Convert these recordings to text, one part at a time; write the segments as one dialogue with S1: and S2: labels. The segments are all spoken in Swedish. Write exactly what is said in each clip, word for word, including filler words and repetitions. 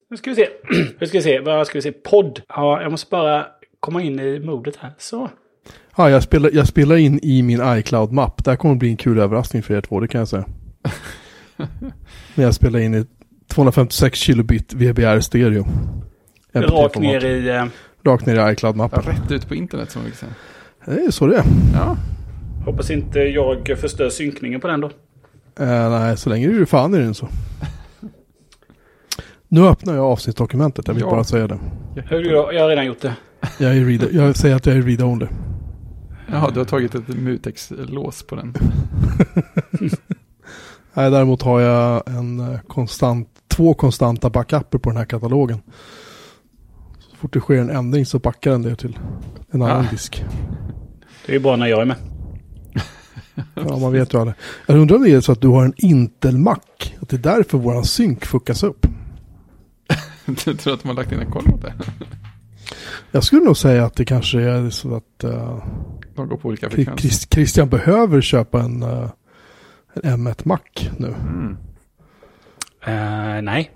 S1: Nu ska vi se. Nu ska vi se. Vad ska vi se? Podd. Ja, jag måste bara komma in i modet här. Så.
S2: Ja, jag spelar, jag spelar in i min iCloud-mapp. Det här kommer bli en kul överraskning för er två, det kan jag säga. Men jag spelar in i tvåhundrafemtiosex kilobit V B R stereo.
S1: Rakt ner i... Uh...
S2: Rakt ner i iCloud-mappen.
S3: Ja, rätt ut på internet som vi kan säga.
S2: Det är så det är.
S3: Ja.
S1: Hoppas inte jag förstör synkningen på den då.
S2: Uh, nej, så länge är det fan i den så. Nu öppnar jag avsnittsdokumentet, jag vill ja. bara säga det.
S1: Hur, jag, jag har redan gjort det.
S2: Jag, är read, jag säger att jag är read-only.
S3: Jaha, du har tagit ett mutex-lås på den.
S2: Nej, däremot har jag en konstant, två konstanta backuper på den här katalogen. Så fort det sker en ändring så backar den det till en annan ah. disk.
S1: Det är ju bara när jag är med.
S2: Ja, man vet ju det. Jag undrar om det är så att du har en Intel-Mac. Att det är därför våran synk fuckas upp.
S3: Du tror att de har lagt in en koll mot det?
S2: Jag skulle nog säga att det kanske är så att uh,
S3: de går på olika frekvenser.
S2: Christ, Christian behöver köpa en, uh, en M ett Mac nu.
S1: Mm. Uh, nej.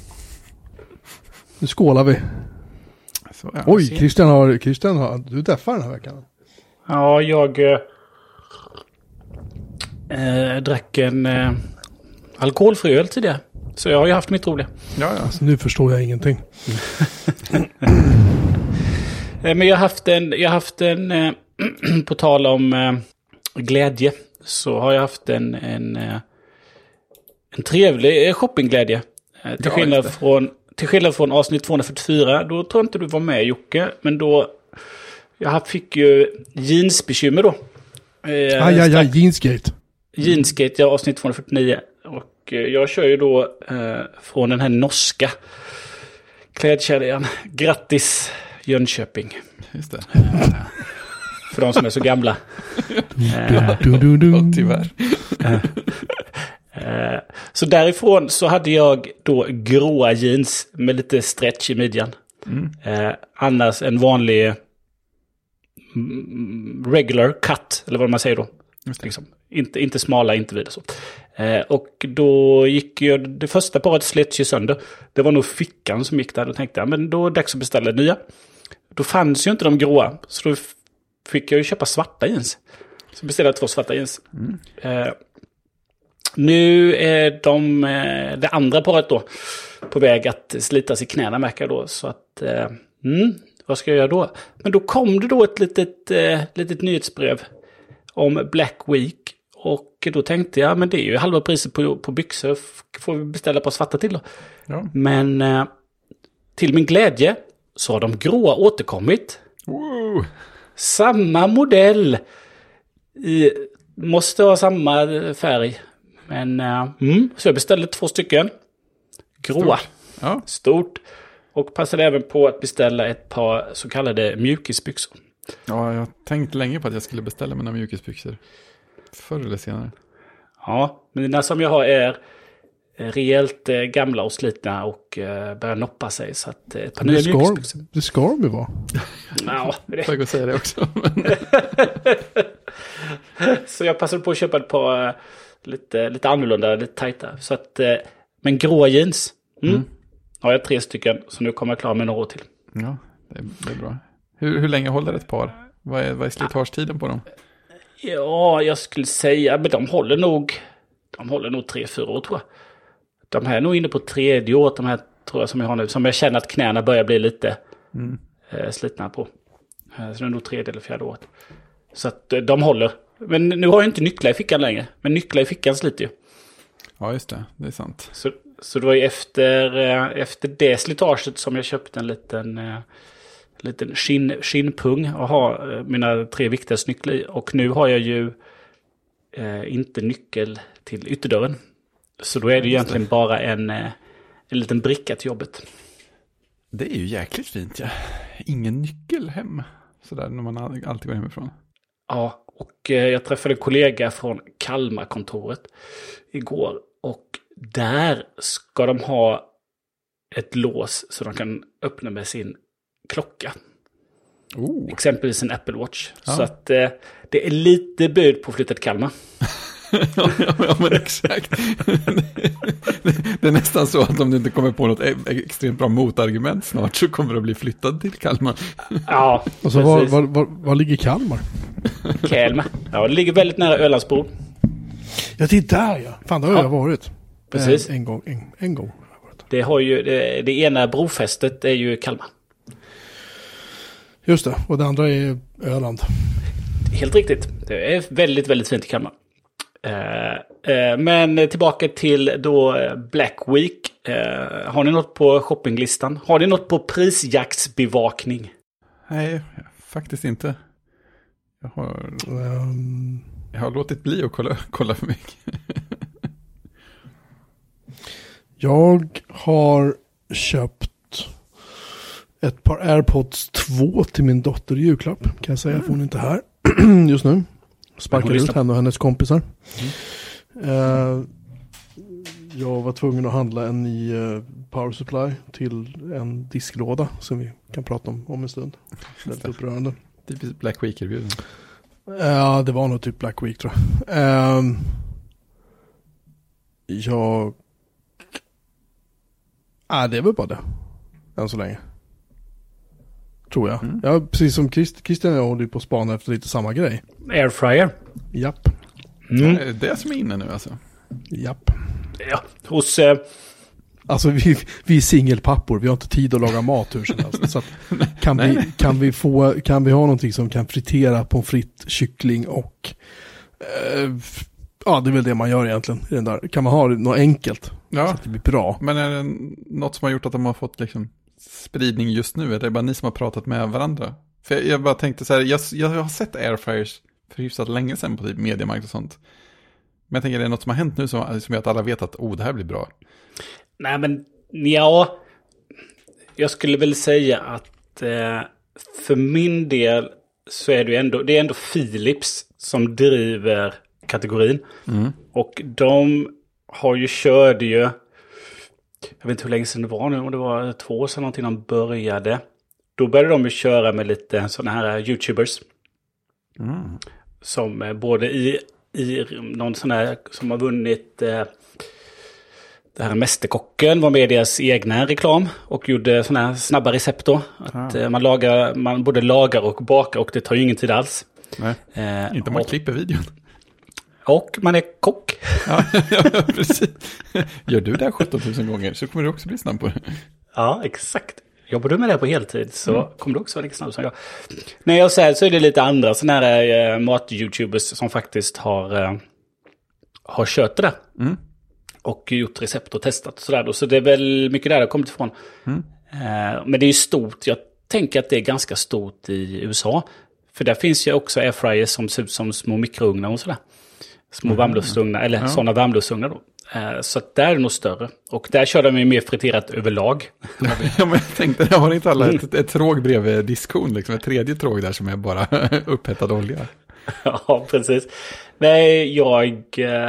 S2: Nu skålar vi.
S3: Så, ja,
S2: Oj, Christian har, Christian har... Du deffar den här veckan.
S1: Ja, jag uh, uh, drack en uh, alkoholfri öl tidigare. Så jag har ju haft mitt roliga.
S3: Ja, ja.
S2: Alltså, nu förstår jag ingenting.
S1: Men jag har haft en, jag har haft en eh, på tal om eh, glädje, så har jag haft en, en, eh, en trevlig shoppingglädje. Eh, till,
S3: ja,
S1: skillnad från, till skillnad från avsnitt tvåhundrafyrtiofyra, då tror jag inte du var med, Jocke. Men då, jag fick ju jeansbekymmer då.
S2: Eh, ah, ja, ja, jeansgate.
S1: Jeansgate, ja, avsnitt tvåhundrafyrtionio. Och eh, jag kör ju då eh, från den här norska klädkedjan. Grattis Jönköping.
S3: Just det.
S1: Uh, för de som är så gamla.
S3: uh, du, du, du. Ja, tyvärr.
S1: Uh, uh, så därifrån så hade jag då gråa jeans med lite stretch i midjan. Mm. Uh, annars en vanlig mm, regular cut, eller vad man säger då. Liksom. Inte, inte smala, inte vidare så. Uh, och då gick jag, det första paret slets ju sönder. Det var nog fickan som gick där. Då tänkte jag, men då är det dags att beställa nya. Då fanns ju inte de gråa. Så då fick jag ju köpa svarta jeans. Så beställde jag två svarta jeans. Mm. Uh, nu är de, uh, det andra paret då på väg att slitas i knäna, märker jag då. Så att, uh, mm, vad ska jag göra då? Men då kom det då ett litet, uh, litet nyhetsbrev om Black Week. Och då tänkte jag, men det är ju halva priset på, på byxor. Får vi beställa på svarta till då.
S3: Ja.
S1: Men uh, till min glädje så har de gråa återkommit.
S3: Wow.
S1: Samma modell. I, måste ha samma färg. Men uh, mm, så jag beställde två stycken. Gråa.
S3: Stort. Ja.
S1: Stort. Och passade även på att beställa ett par så kallade mjukisbyxor.
S3: Ja, jag tänkte länge på att jag skulle beställa mina mjukisbyxor. Förr eller senare.
S1: Ja, men mina som jag har är rejält eh, gamla och slitna och eh, börjar noppa sig. Så att eh, ett par nya mjukisbyxor.
S2: Det ska de ju vara.
S1: Ja, det.
S3: Jag kan säga det också.
S1: Så jag passade på att köpa ett par eh, lite, lite annorlunda, lite tajta. Så att, eh, men gråa jeans. Mm. Mm. Ja, jag har tre stycken, så nu kommer jag klara med några år till.
S3: Ja, det är, det är bra. Hur, hur länge håller ett par? Vad är, vad är slitagetiden på dem?
S1: Ja, jag skulle säga, men de håller nog, de håller nog tre, fyra år tror jag. De här är nog inne på tredje år, de här tror jag som jag har nu, som jag känner att knäna börjar bli lite mm. eh, slitna på. Eh, så det är nog tredje eller fjärde året. Så att eh, de håller. Men nu har jag inte nycklar i fickan längre, men nycklar i fickan sliter ju.
S3: Ja, just det, det är sant.
S1: Så, så det var ju efter, eh, efter det slitaget som jag köpte en liten... Eh, liten skinn, skinnpung och ha eh, mina tre viktigaste nycklar i. Och nu har jag ju eh, inte nyckel till ytterdörren. Så då är det ju egentligen det. bara en, eh, en liten bricka till jobbet.
S3: Det är ju jäkligt fint, ja. Ingen nyckel hem. Sådär när man alltid går hemifrån.
S1: Ja, och eh, jag träffade en kollega från Kalmarkontoret igår. Och där ska de ha ett lås så de kan öppna med sin klocka.
S3: Oh.
S1: Exempelvis en Apple Watch.
S3: Ja.
S1: Så att eh, det är lite bud på flyttat Kalmar.
S3: ja, ja, men exakt. Det är nästan så att om du inte kommer på något extremt bra motargument snart så kommer det att bli flyttad till Kalmar.
S1: Ja,
S2: och så var, var, var, var ligger Kalmar?
S1: Kalmar. Ja, det ligger väldigt nära Ölandsbro.
S2: Ja, det är där ja. Fan, där har
S1: ja.
S2: jag varit.
S1: Precis.
S2: En, en gång. En, en gång.
S1: Det, har ju, det, det ena brofästet är ju Kalmar.
S2: Just det, och det andra är Öland.
S1: Helt riktigt. Det är väldigt, väldigt fint i Kalmar. Eh, eh, men tillbaka till då Black Week. Eh, har ni något på shoppinglistan? Har ni något på prisjaktsbevakning?
S3: Nej, faktiskt inte. Jag har,
S2: um,
S3: jag har låtit bli att kolla, kolla för mycket.
S2: Jag har köpt ett par AirPods två till min dotter i julklapp. Kan jag säga, mm. för hon är inte här just nu. Sparkar ut henne och hennes kompisar. Mm. Uh, jag var tvungen att handla en ny uh, power supply till en disklåda som vi kan prata om om en stund. Väldigt upprörande.
S3: Typiskt Black Week-erbjuden.
S2: Ja, uh, det var nog typ Black Week tror jag. Uh, jag... Ja, uh, det är väl bara det. Än så länge. Tror jag. Mm. Ja, precis som Christ, Christian och jag håller på att spana efter lite samma grej.
S1: Airfryer.
S2: Japp.
S3: Mm. Det är det som är inne nu alltså.
S2: Japp.
S1: Ja, hos... Eh...
S2: Alltså vi, vi är singelpappor. Vi har inte tid att laga mat hur som helst. Så att, kan, nej, vi, nej. kan, vi få, kan vi ha någonting som kan fritera pommes frites, kyckling och... Eh, ja, det är väl det man gör egentligen. I den där. Kan man ha något enkelt?
S3: Ja.
S2: Så att det blir bra.
S3: Men är det något som har gjort att de har fått liksom... spridning just nu? Är det bara ni som har pratat med varandra? För jag, jag bara tänkte så här, jag, jag har sett airfryers för hyfsat länge sedan på typ Mediamarkt och sånt. Men jag tänker, är det något som har hänt nu som, som gör att alla vet att oh, det här blir bra?
S1: Nej, men ja, jag skulle väl säga att eh, för min del så är det ändå, det är ändå Philips som driver kategorin. Mm. Och de har ju körde ju, jag vet inte hur länge sedan det var nu, om det var två år sedan någonting de började. Då började de ju köra med lite sådana här YouTubers. Mm. Som både i, i någon sån här som har vunnit eh, det här Mästerkocken var med deras egna reklam och gjorde sådana här snabba recept då. Att ah. eh, man, lagar, man både lagar och bakar och det tar ju ingen tid alls.
S3: Nej, eh, inte om man och, klipper videon.
S1: Och man är kock.
S3: Ja, ja, precis. Gör du det här sjutton tusen gånger så kommer du också bli snabb på det.
S1: Ja, exakt. Jobbar du med det på heltid så mm. kommer du också vara lika snabb som jag. När jag säger så är det lite andra sådana här äh, mat-youtubers som faktiskt har, äh, har kört det där. Mm. Och gjort recept och testat och sådär. Så det är väl mycket där det har kommit ifrån. Mm. Äh, men det är ju stort. Jag tänker att det är ganska stort i U S A. För där finns ju också airfryers som ser ut som små mikrougnar och sådär. Små mm. varmluftsugnar, eller ja. sådana varmluftsugnar då. Så att där är det nog större. Och där kör de ju mer friterat överlag.
S3: Ja, men jag tänkte, det har inte alla ett, ett tråg bredvid diskon, liksom ett tredje tråg där som är bara upphettad olja.
S1: Ja, precis. Nej, jag...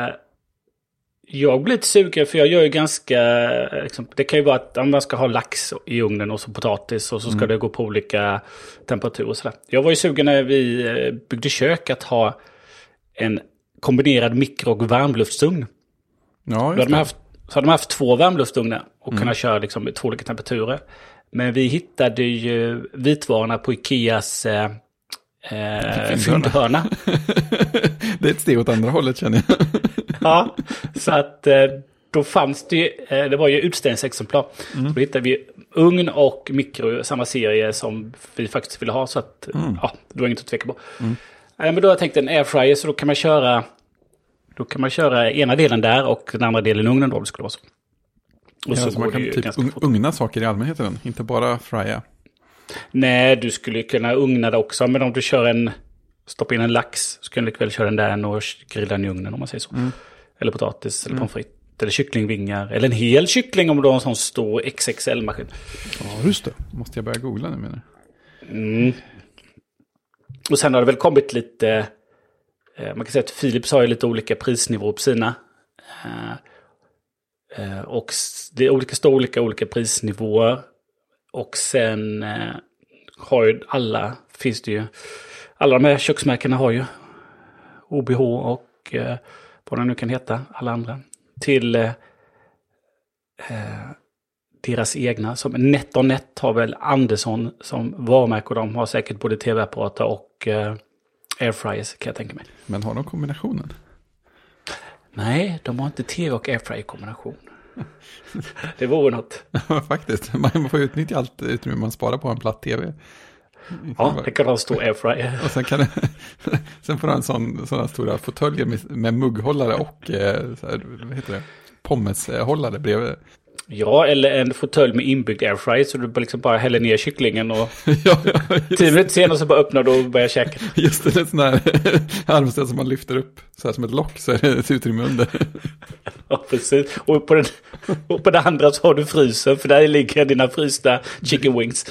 S1: Jag blir lite sugen för jag gör ju ganska... Liksom, det kan ju vara att man ska ha lax i ugnen och så potatis och så ska mm. det gå på olika temperaturer och sådär. Jag var ju sugen när vi byggde kök att ha en kombinerad mikro- och varmluftsugn. Ja, just då hade haft, så hade de haft två värmluftugnar och mm. kunnat köra liksom två olika temperaturer. Men vi hittade ju vitvarorna på Ikeas eh, eh, fyndhörna.
S3: Det är ett steg åt andra hållet känner jag.
S1: Ja, så att eh, då fanns det ju, eh, det var ju utställningsexemplar. Mm. Då hittade vi ugn och mikro, samma serie som vi faktiskt ville ha. Så att, mm. ja, det var inget att tveka på. Mm. Eh, men då har jag tänkt en airfryer så då kan man köra... Då kan man köra ena delen där och den andra delen i ugnen då, om det skulle vara så. Och
S3: ja,
S1: så,
S3: så man kan typ un- ugna saker i allmänheten, inte bara frya.
S1: Nej, du skulle kunna ugna det också, men om du kör en, stoppar in en lax så kan du likväl köra den där och grilla den i ugnen om man säger så. Mm. Eller potatis, eller mm. pommes frites, eller kycklingvingar, eller en hel kyckling om du har en sån stor X X L-maskin.
S2: Ja, just det.
S3: Måste jag börja googla nu menar
S1: mm. Och sen har det väl kommit lite... Man kan säga att Philips har ju lite olika prisnivåer på sina. Och det är olika storlekar, olika prisnivåer. Och sen har ju alla, finns det ju, alla de här köksmärkena har ju O B H och vad de nu kan heta, alla andra, till eh, deras egna. Som NetOnNet har väl Andersson som varumärke och de har säkert både tv-apparater och eh, airfryers kan jag tänka mig.
S3: Men har de kombinationen?
S1: Nej, de har inte tv och airfryer kombination. Det vore något.
S3: Ja, faktiskt. Man får utnyttja allt utrymme man sparar på en platt tv.
S1: Ja, det kan ha en stor airfryer.
S3: Och sen, kan det, sen får du en sån, sådana stora fåtöljer med, med mugghållare och eh, så här, vad heter det? Pommeshållare bredvid.
S1: Ja, eller en fåtölj med inbyggd airfryer så du liksom bara häller ner kycklingen och
S3: ja, ja,
S1: tio minuter senare så bara öppnar du och börjar käka.
S3: Just det, det är sån här armstöd som man lyfter upp så här som ett lock så är det ett utrymme under.
S1: Ja, precis. Och på, den, och på det andra så har du frysen för där ligger dina frysta chicken wings.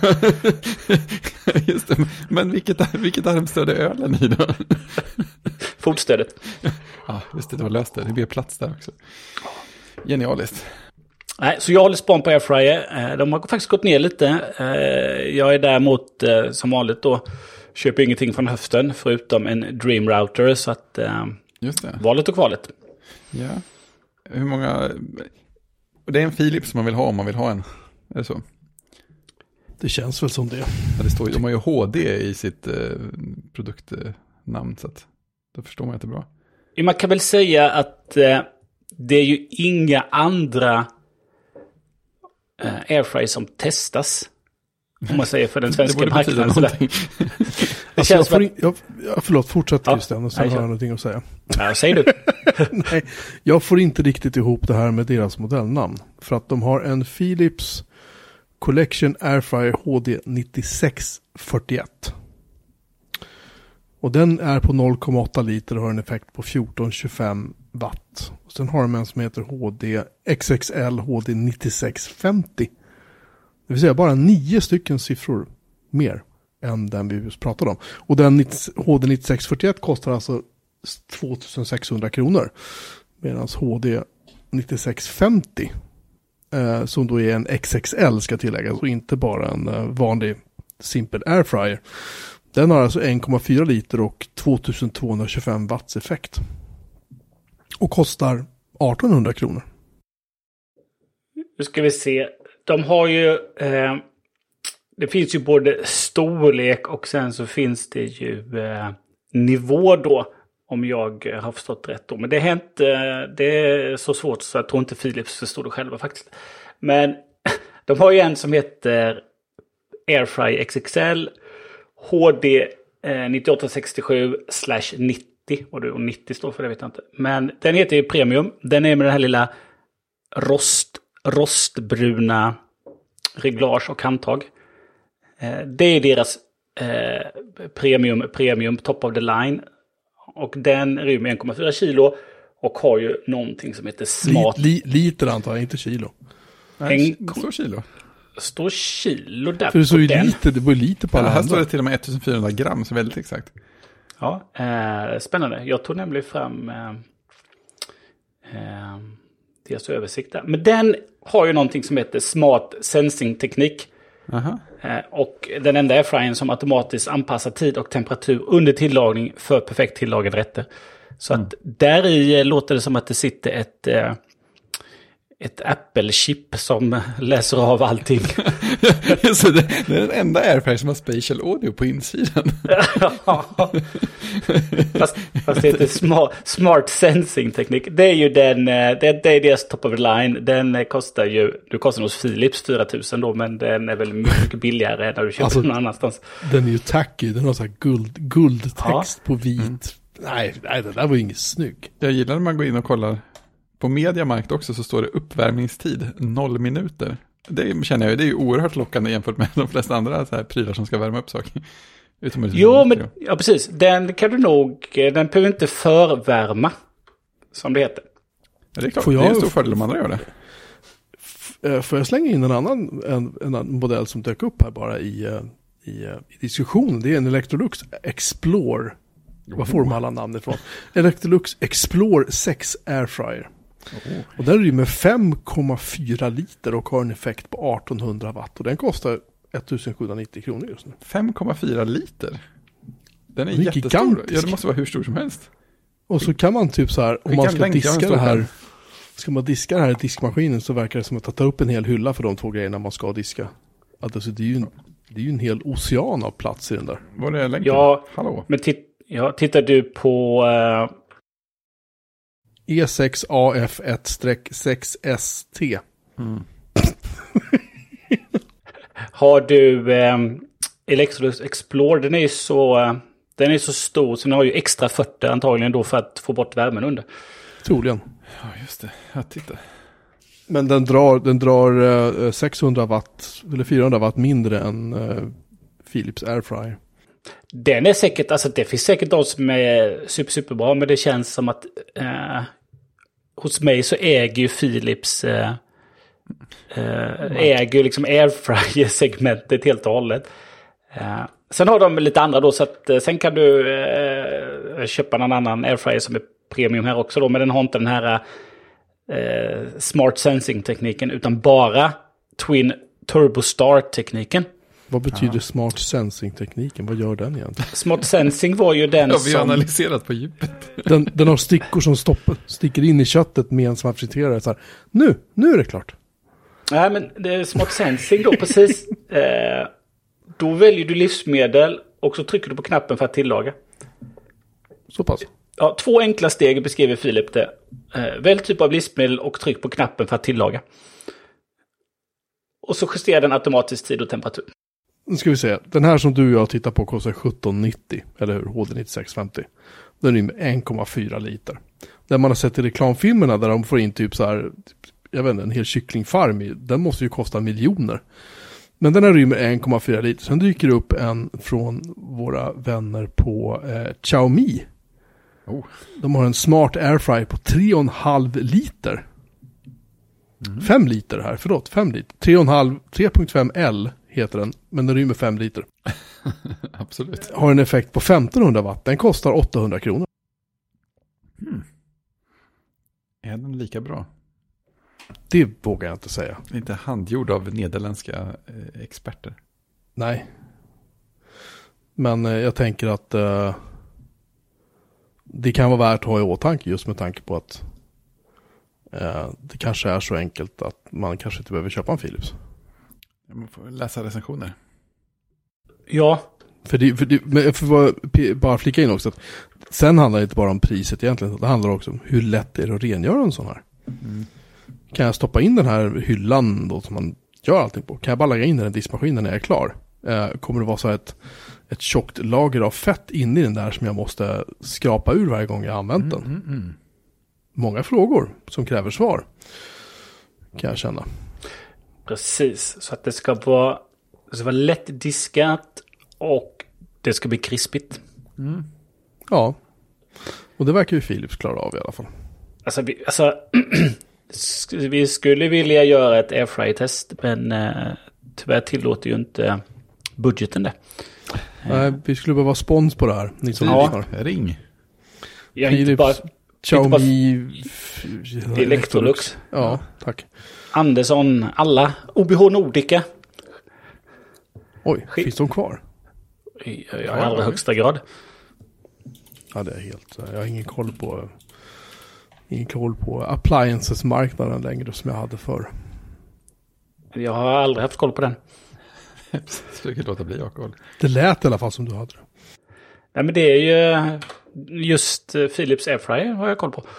S3: Just det, men vilket, vilket armstöd är ölen i då?
S1: Fotstödet.
S3: Ja, just det, det var löst det. Det blir plats där också. Genialiskt.
S1: Nej, så jag håller span på airfryer. De har faktiskt gått ner lite. Jag är däremot som vanligt då köper ingenting från höften förutom en Dream Router så att
S3: just det.
S1: Valet och kvalet.
S3: Ja. Hur många och det är en Philips man vill ha om man vill ha en. Är det så?
S2: Det känns väl som det.
S3: Ja, det står ju, de har ju H D i sitt eh, produktnamn så att då förstår man att det är bra.
S1: Man kan väl säga att eh, det är ju inga andra Uh, airfryer som testas om man säger för den svenska marknaden. Det, det
S2: alltså jag får in, jag, jag, förlåt, fortsätt
S1: ja,
S2: Christian och sen har jag någonting att säga.
S1: Ja, säger du.
S2: Nej, jag får inte riktigt ihop det här med deras modellnamn. För att de har en Philips Collection Airfryer H D nittionsex fyrtioett. Och den är på noll komma åtta liter och har en effekt på fjorton tjugofem watt. Och sen har de en som heter H D X X L H D nittionsex femtio. Det vill säga bara nio stycken siffror mer än den vi just pratade om. Och den H D nittionsex fyrtioett kostar alltså tvåtusensexhundra kronor. Medan H D nittionsex femtio eh, som då är en X X L ska tilläggas och inte bara en eh, vanlig simpel airfryer. Den har alltså en komma fyra liter och tvåtusentvåhundratjugofem watts effekt. Och kostar artonhundra kronor.
S1: Nu ska vi se. De har ju... Eh, det finns ju både storlek och sen så finns det ju eh, nivå då. Om jag har förstått rätt då. Men det är, inte, det är så svårt så jag tror inte Philips förstår det själva faktiskt. Men de har ju en som heter Airfryer X X L H D eh, nittioåtta sextiosju slash nittio. Och det, och nittio står för det vet jag inte. Men den heter ju Premium. Den är med den här lilla rost, rostbruna reglage och handtag. Eh, det är deras eh, premium, premium top of the line. Och den rymmer en komma fyra kilo och har ju någonting som heter smart...
S2: Li, li, liter antar jag, inte kilo.
S3: Nej, en, står kilo.
S1: Står kilo där.
S2: För det står ju lite, det var lite på alla
S3: ja, här
S2: andra.
S3: står det till och med fjortonhundra gram, så väldigt exakt.
S1: Ja, eh, spännande. Jag tog nämligen fram eh, eh, deras översikt där. Men den har ju någonting som heter smart sensing teknik.
S3: Aha.
S1: Eh, och den enda airfryern som automatiskt anpassar tid och temperatur under tillagning för perfekt tillagade rätter. Så
S3: mm.
S1: att där i låter det som att det sitter ett... Eh, ett Apple-chip som läser av allting.
S3: Så det, det är den enda airfryer som har spatial audio på insidan.
S1: fast, fast det heter smart, smart sensing-teknik. Det är ju den, det, det är deras top of the line. Den kostar ju, du kostar hos Philips fyra tusen då, men den är väl mycket billigare när du köper alltså, någon annanstans.
S2: Den är ju tacky, den har så här guld, guldtext
S1: ja.
S2: på vit. Mm. Nej, nej, det där var ju inget snygg.
S3: Jag gillar när man går in och kollar. På Mediamarkt också så står det uppvärmningstid noll minuter. Det känner jag, det är ju oerhört lockande jämfört med de flesta andra så här prylar som ska värma upp saker.
S1: Jo, men ja, precis. Den kan du nog, den behöver inte förvärma, som det heter.
S3: Ja, det är klart, jag, det är en stor fördel om andra gör det.
S2: F- får jag slänga in en annan, en, en annan modell som dök upp här bara i, i, i diskussionen. Det är en Electrolux Explore. Vad får de alla namn ifrån? Electrolux Explore sex Airfryer. Oh. Och den rymmer fem komma fyra liter och har en effekt på artonhundra watt. Och den kostar ettusensjuhundranittio kronor just nu.
S3: fem komma fyra liter? Den är
S2: den är
S3: jättestor.
S2: gigantisk.
S3: Ja, det måste vara hur stor som helst.
S2: Och så kan man typ så här, om man ska diska det här, ska man diska det här i diskmaskinen så verkar det som att ta upp en hel hylla för de två grejerna man ska diska. Alltså det är ju en, det är ju en hel ocean av plats i den där.
S3: Var är länken?
S1: Ja,
S3: hallå.
S1: Men tit- ja, tittar du på uh...
S2: E sex A F ett sex S T.
S3: Mm.
S1: Har du um, Electrolux Explore, den är ju så uh, den är så stor så den har ju extra fötter antagligen då för att få bort värmen under.
S2: Troligen.
S3: Ja, just det. Jag tittar.
S2: Men den drar, den drar uh, sexhundra watt eller fyrahundra watt mindre än uh, Philips Airfryer.
S1: Den är säkert, alltså det finns säkert de som är super, superbra, men det känns som att uh, hos mig så äger ju Philips uh, uh, äger liksom Airfryer-segmentet helt och hållet. Uh, sen har de lite andra då, så att uh, sen kan du uh, köpa någon annan Airfryer som är premium här också då, men den har inte den här uh, smart sensing-tekniken utan bara Twin Turbo Start-tekniken.
S2: Vad betyder ja. smart sensing-tekniken? Vad gör den egentligen?
S1: Smart sensing var ju den
S3: ja,
S1: som...
S3: vi har analyserat på djupet.
S2: Den, den har stickor som stoppar, sticker in i köttet medan man friterar det så här. Nu, nu är det klart.
S1: Nej, men det är smart sensing då, precis. Eh, då väljer du livsmedel och så trycker du på knappen för att tillaga.
S2: Så pass.
S1: Ja, två enkla steg beskriver Philip det. Eh, välj typ av livsmedel och tryck på knappen för att tillaga. Och så justerar den automatiskt tid och temperatur.
S2: Nu ska vi se. Den här som du och jag tittar på kostar sjutton nittio. Eller hur? H D nittiosex femtio. Den är med en komma fyra liter. Den man har sett i reklamfilmerna där de får in typ så här, jag vet inte, en hel kycklingfarm i. Den måste ju kosta miljoner. Men den här rymmer en komma fyra liter. Sen dyker det upp en från våra vänner på eh, Xiaomi.
S3: Oh.
S2: De har en smart airfryer på tre komma fem liter. Mm. fem liter här, förlåt, fem liter. tre komma fem, tre komma fem L heter den, men den rymmer fem liter.
S3: Absolut.
S2: Har en effekt på femtonhundra watt. Den kostar åttahundra kronor.
S3: Hmm. Är den lika bra?
S2: Det vågar jag inte säga.
S3: Inte handgjord av nederländska eh, experter.
S2: Nej. Men eh, jag tänker att eh, det kan vara värt att ha i åtanke just med tanke på att eh, det kanske är så enkelt att man kanske inte behöver köpa en Philips.
S3: Man får läsa recensioner.
S1: Ja.
S2: För det, för det, men för att bara flika in också att sen handlar det inte bara om priset egentligen. Det handlar också om hur lätt det är att rengöra en sån här. Mm. Kan jag stoppa in den här hyllan då som man gör allting på? Kan jag bara lägga in den i diskmaskinen när jag är klar? Eh, kommer det vara så ett, ett tjockt lager av fett inne i den där som jag måste skrapa ur varje gång jag använt den? Mm, mm, mm. Många frågor som kräver svar. Kan jag känna.
S1: Precis, så att det ska vara, det ska vara lätt diskat och det ska bli krispigt.
S2: Mm. Ja, och det verkar ju Philips klara av i alla fall.
S1: Alltså, vi, alltså vi skulle vilja göra ett airfryer-test, men eh, tyvärr tillåter ju inte budgeten det.
S2: Nej, vi skulle behöva spons på det här. Ni som
S3: ja, ring.
S1: Ja, Philips, inte bara,
S2: Xiaomi,
S1: inte bara Electrolux.
S2: Ja, tack.
S1: Andersson, alla. O B H Nordica.
S2: Oj, Skit. Finns de kvar?
S1: I, i allra högsta grad.
S2: Ja, det är helt... Jag har ingen koll på... Ingen koll på appliances-marknaden längre som jag hade förr.
S1: Jag har aldrig haft koll på den.
S3: Försöker låta bli jag koll.
S2: Det lät i alla fall som du hade det.
S1: Nej, men det är ju just Philips Airfryer har jag koll på.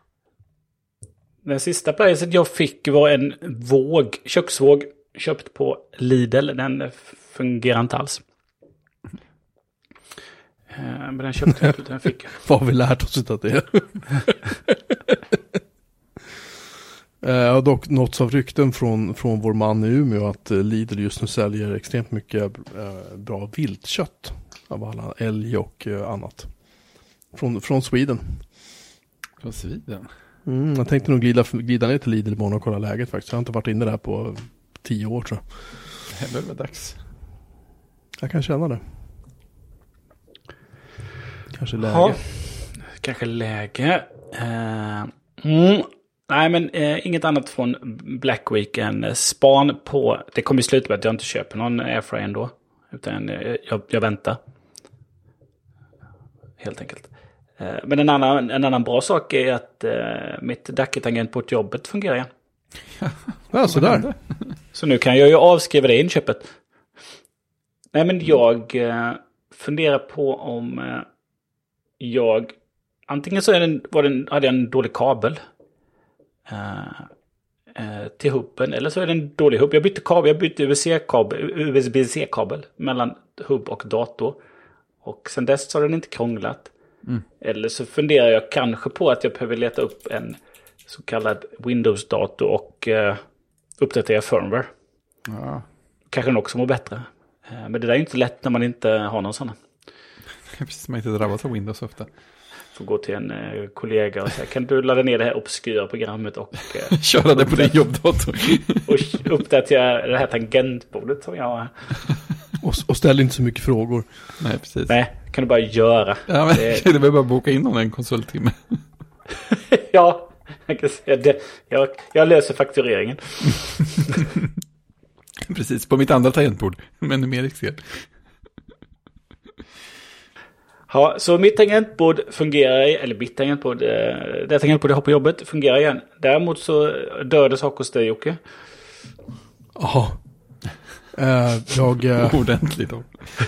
S1: Den sista appliancen jag fick var en våg, köksvåg, köpt på Lidl. Den fungerar inte alls. Men den köpte jag inte, den fick.
S2: Vad har vi lärt oss att det är? Jag har dock nåtts av rykten från, från vår man i Umeå att Lidl just nu säljer extremt mycket äh, bra viltkött av alla älg och äh, annat. Från, från Sweden.
S3: Från Sweden?
S2: Mm, jag tänkte nog glida, glida ner till Lidl imorgon och kolla läget faktiskt. Jag har inte varit inne där på tio år tror jag.
S3: Det är väl dags.
S2: Jag kan känna det. Kanske läge.
S1: Ja, kanske läge. Uh, mm. Nej, men uh, inget annat från Black Week än span på... Det kommer ju sluta med att jag inte köper någon airfryer ändå. Utan uh, jag, jag väntar. Helt enkelt. Eh, men en annan, en annan bra sak är att eh, mitt D A C-tangent på jobbet fungerar igen.
S2: Ja, sådär.
S1: Så nu kan jag ju avskriva det inköpet. Nej, men jag eh, funderar på om eh, jag... Antingen så är det, var det, hade jag en dålig kabel eh, eh, till hubben. Eller så är det en dålig hubb. Jag bytte kabel, jag bytte U S B-kabel, U S B-C-kabel mellan hubb och dator. Och sen dess så har den inte krånglat. Mm. Eller så funderar jag kanske på att jag behöver leta upp en så kallad Windows-dator och eh, uppdatera firmware.
S3: Ja.
S1: Kanske den också mår bättre. Eh, men det där är inte lätt när man inte har någon sån.
S3: Precis, man inte drabbas av Windows ofta.
S1: Får gå till en eh, kollega och säga, kan du ladda ner det här obskyra programmet och eh,
S3: köra det på din jobbdator.
S1: och uppdatera det här tangentbordet som jag...
S2: Och, och ställ inte så mycket frågor.
S3: Nej, precis.
S1: Nej, kan du bara göra.
S3: Ja, men det är bara boka in någon en konsulttimme.
S1: Ja, jag kan säga det. Jag, jag löser faktureringen.
S3: Precis, på mitt andra tangentbord. Men numeriskt ser.
S1: Ja, så mitt tangentbord fungerar, eller mitt tangentbord, det tangentbord jag har på jobbet fungerar igen. Däremot så dör det saker hos dig, Jocke.
S2: Jaha. Uh, jag... Uh,
S3: Ordentligt då.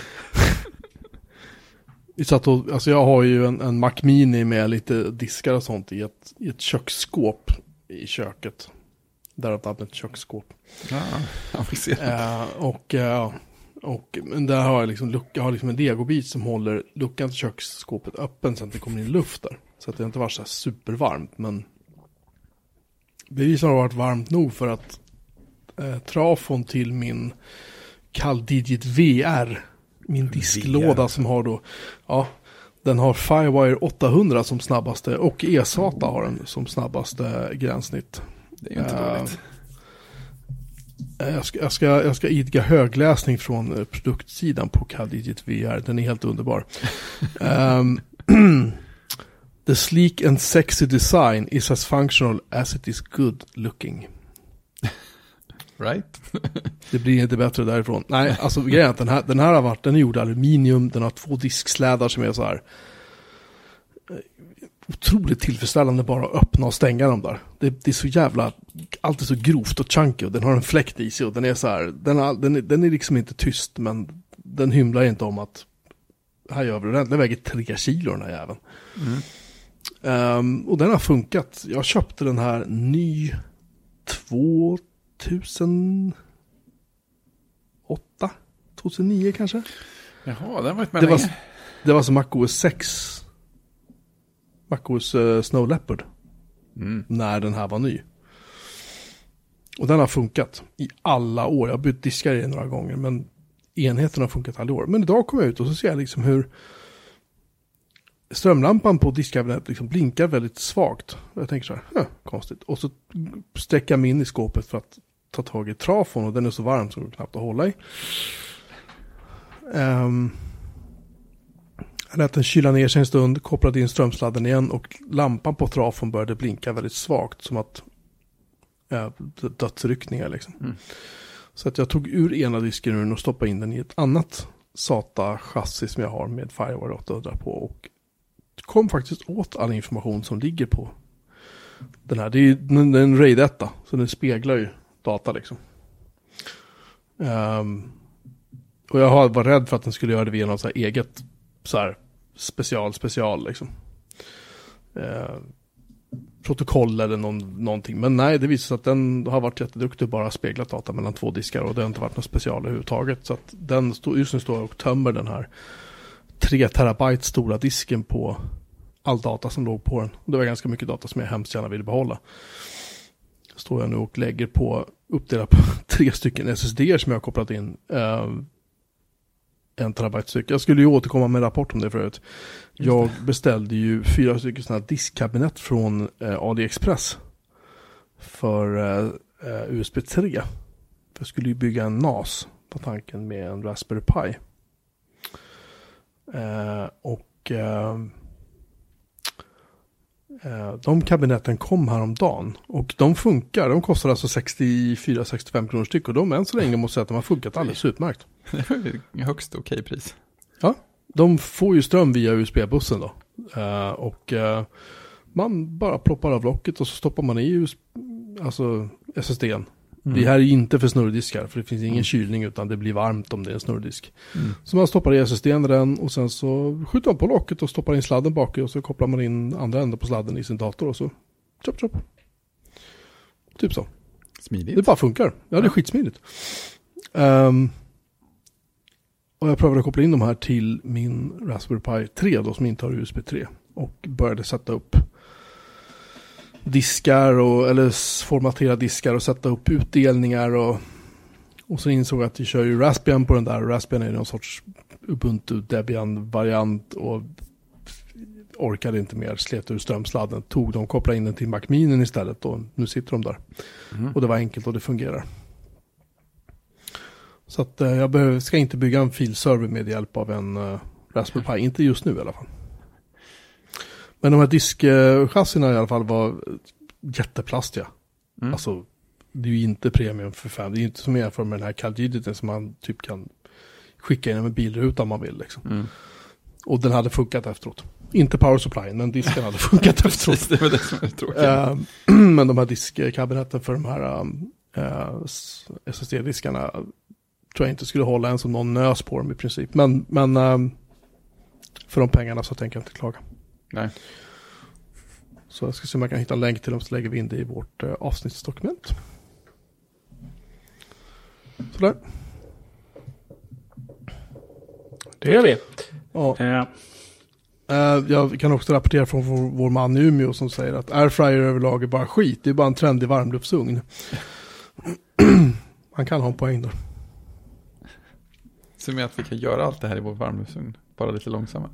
S2: Vi satt och, alltså jag har ju en, en Mac Mini med lite diskar och sånt i ett, i ett köksskåp i köket. Där har jag ett köksskåp.
S3: Ja, jag fick se.
S2: Uh, och... Uh, Och men där har jag liksom lucka, jag har liksom en legobit som håller luckan till köksskåpet öppen så att det kommer in luft där. Så att det inte var så här supervarmt, men bevisligen har det varit varmt nog för att eh, trafon till min CalDigit V R, min disklåda V R. Som har då, ja, den har Firewire åttahundra som snabbaste och E SATA har den som snabbaste gränssnitt.
S3: Det är ju inte uh, dåligt.
S2: Jag ska, jag, ska, jag ska idga högläsning från produktsidan på CalDigit V R. Den är helt underbar. um, The sleek and sexy design is as functional as it is good looking.
S3: Right?
S2: Det blir inte bättre därifrån. Nej, alltså grejen är att den här, den här har varit, den är gjord aluminium. Den har två diskslädar som är så här otroligt tillfredsställande bara att öppna och stänga dem där. Det, det är så jävla, allt är så grovt och chunky och den har en fläkt i sig och den är så här, den, har, den, är, den är liksom inte tyst, men den hymlar inte om att här gör vi den, den väger tre kilo den här jäveln. Mm. Um, och den har funkat. Jag köpte den här ny tvåtusenåtta, tvåtusennio kanske.
S3: Jaha, den har varit med
S2: det
S3: länge.
S2: var, det var som Mac O S sex, Mac O S uh, Snow Leopard, mm. när den här var ny. Och den har funkat i alla år. Jag har bytt diskar i några gånger, men enheten har funkat alla år. Men idag kommer jag ut och så ser jag liksom hur strömlampan på diskkabinettet liksom blinkar väldigt svagt. Jag tänker så här, huh, konstigt. Och så sträcker jag mig in i skåpet för att ta tag i trafon och den är så varm så det går knappt att hålla i. Um, jag lät den kyla ner sig en stund, kopplade in strömsladden igen och lampan på trafon började blinka väldigt svagt som att ja, dödsryckningar liksom. Mm. Så att jag tog ur ena disken och stoppade in den i ett annat SATA-chassi som jag har med Firewire åttahundra på och kom faktiskt åt all information som ligger på den här. Det är ju en, en RAID ett, så den speglar ju data liksom. Um, och jag var rädd för att den skulle göra det via något så här eget så här special, special liksom. Uh, protokoll eller någon, någonting. Men nej, det visar sig att den har varit jätteduktig och bara speglat data mellan två diskar och det har inte varit något special överhuvudtaget. Så att den stod, just nu står och tömmer den här tre terabyte stora disken på all data som låg på den. Det var ganska mycket data som jag hemskt gärna ville behålla. Står jag nu och lägger på, uppdelat på tre stycken S S D som jag har kopplat in. Uh, en terabyte styck. Jag skulle ju återkomma med en rapport om det förut. Jag beställde ju fyra stycken sådana här diskkabinett från uh, AliExpress för uh, uh, U S B tre. Jag skulle ju bygga en N A S på tanken med en Raspberry Pi. Uh, och uh, uh, de kabinetten kom häromdagen och de funkar. De kostar alltså sextiofyra till sextiofem kronor styck och de än så länge måste säga att de har funkat alldeles utmärkt.
S3: Högst okej pris.
S2: Ja, de får ju ström via U S B-bussen då. Uh, och uh, man bara ploppar av locket och så stoppar man i U S B, alltså S S D:n. Mm. Det här är inte för snurrdiskar, för det finns ingen mm. kylning utan det blir varmt om det är en snurrdisk. Mm. Så man stoppar i S S D:n den och sen så skjuter man på locket och stoppar in sladden bak och så kopplar man in andra änden på sladden i sin dator och så chop chop. Typ så.
S3: Smidigt.
S2: Det bara funkar. Ja, det är skitsmidigt. Um, och jag prövade att koppla in de här till min Raspberry Pi tre då, som inte har U S B tre. Och började sätta upp diskar och, eller formatera diskar och sätta upp utdelningar och, och så insåg jag att vi kör ju Raspbian på den där. Raspbian är någon sorts Ubuntu Debian-variant och orkade inte mer, slet ur strömsladden, tog dem, kopplade in den till Mac Mini istället och nu sitter de där. Mm. Och det var enkelt och det fungerar. Så att eh, jag behöver, ska inte bygga en filserver med hjälp av en uh, Raspberry Pi, inte just nu i alla fall. Men de här diskchassina i alla fall var jätteplastiga. Mm. Alltså, det är ju inte premium för fan. Det är inte som jämför med den här Calgiditen som man typ kan skicka in en bilruta om man vill. Liksom. Mm. Och den hade funkat efteråt. Inte power supply, men disken hade funkat efteråt.
S3: Precis, det var det som är tråkigt.
S2: Uh, men de här diskkabinetten för de här uh, S S D-diskarna tror jag inte skulle hålla en som någon nös på dem i princip. Men, men uh, för de pengarna så tänker jag inte klaga.
S3: Nej.
S2: Så jag ska se om jag kan hitta en länk till dem, så lägger vi in det i vårt uh, avsnittsdokument. Sådär.
S1: Det gör vi.
S2: Ja.
S1: Ja.
S2: Uh, jag kan också rapportera från vår, vår man i Umeå som säger att airfryer överlag är bara skit. Det är bara en trendig varmluftsugn. Han kan ha en poäng där.
S3: Så med att vi kan göra allt det här i vår varmluftsugn, bara lite långsammare.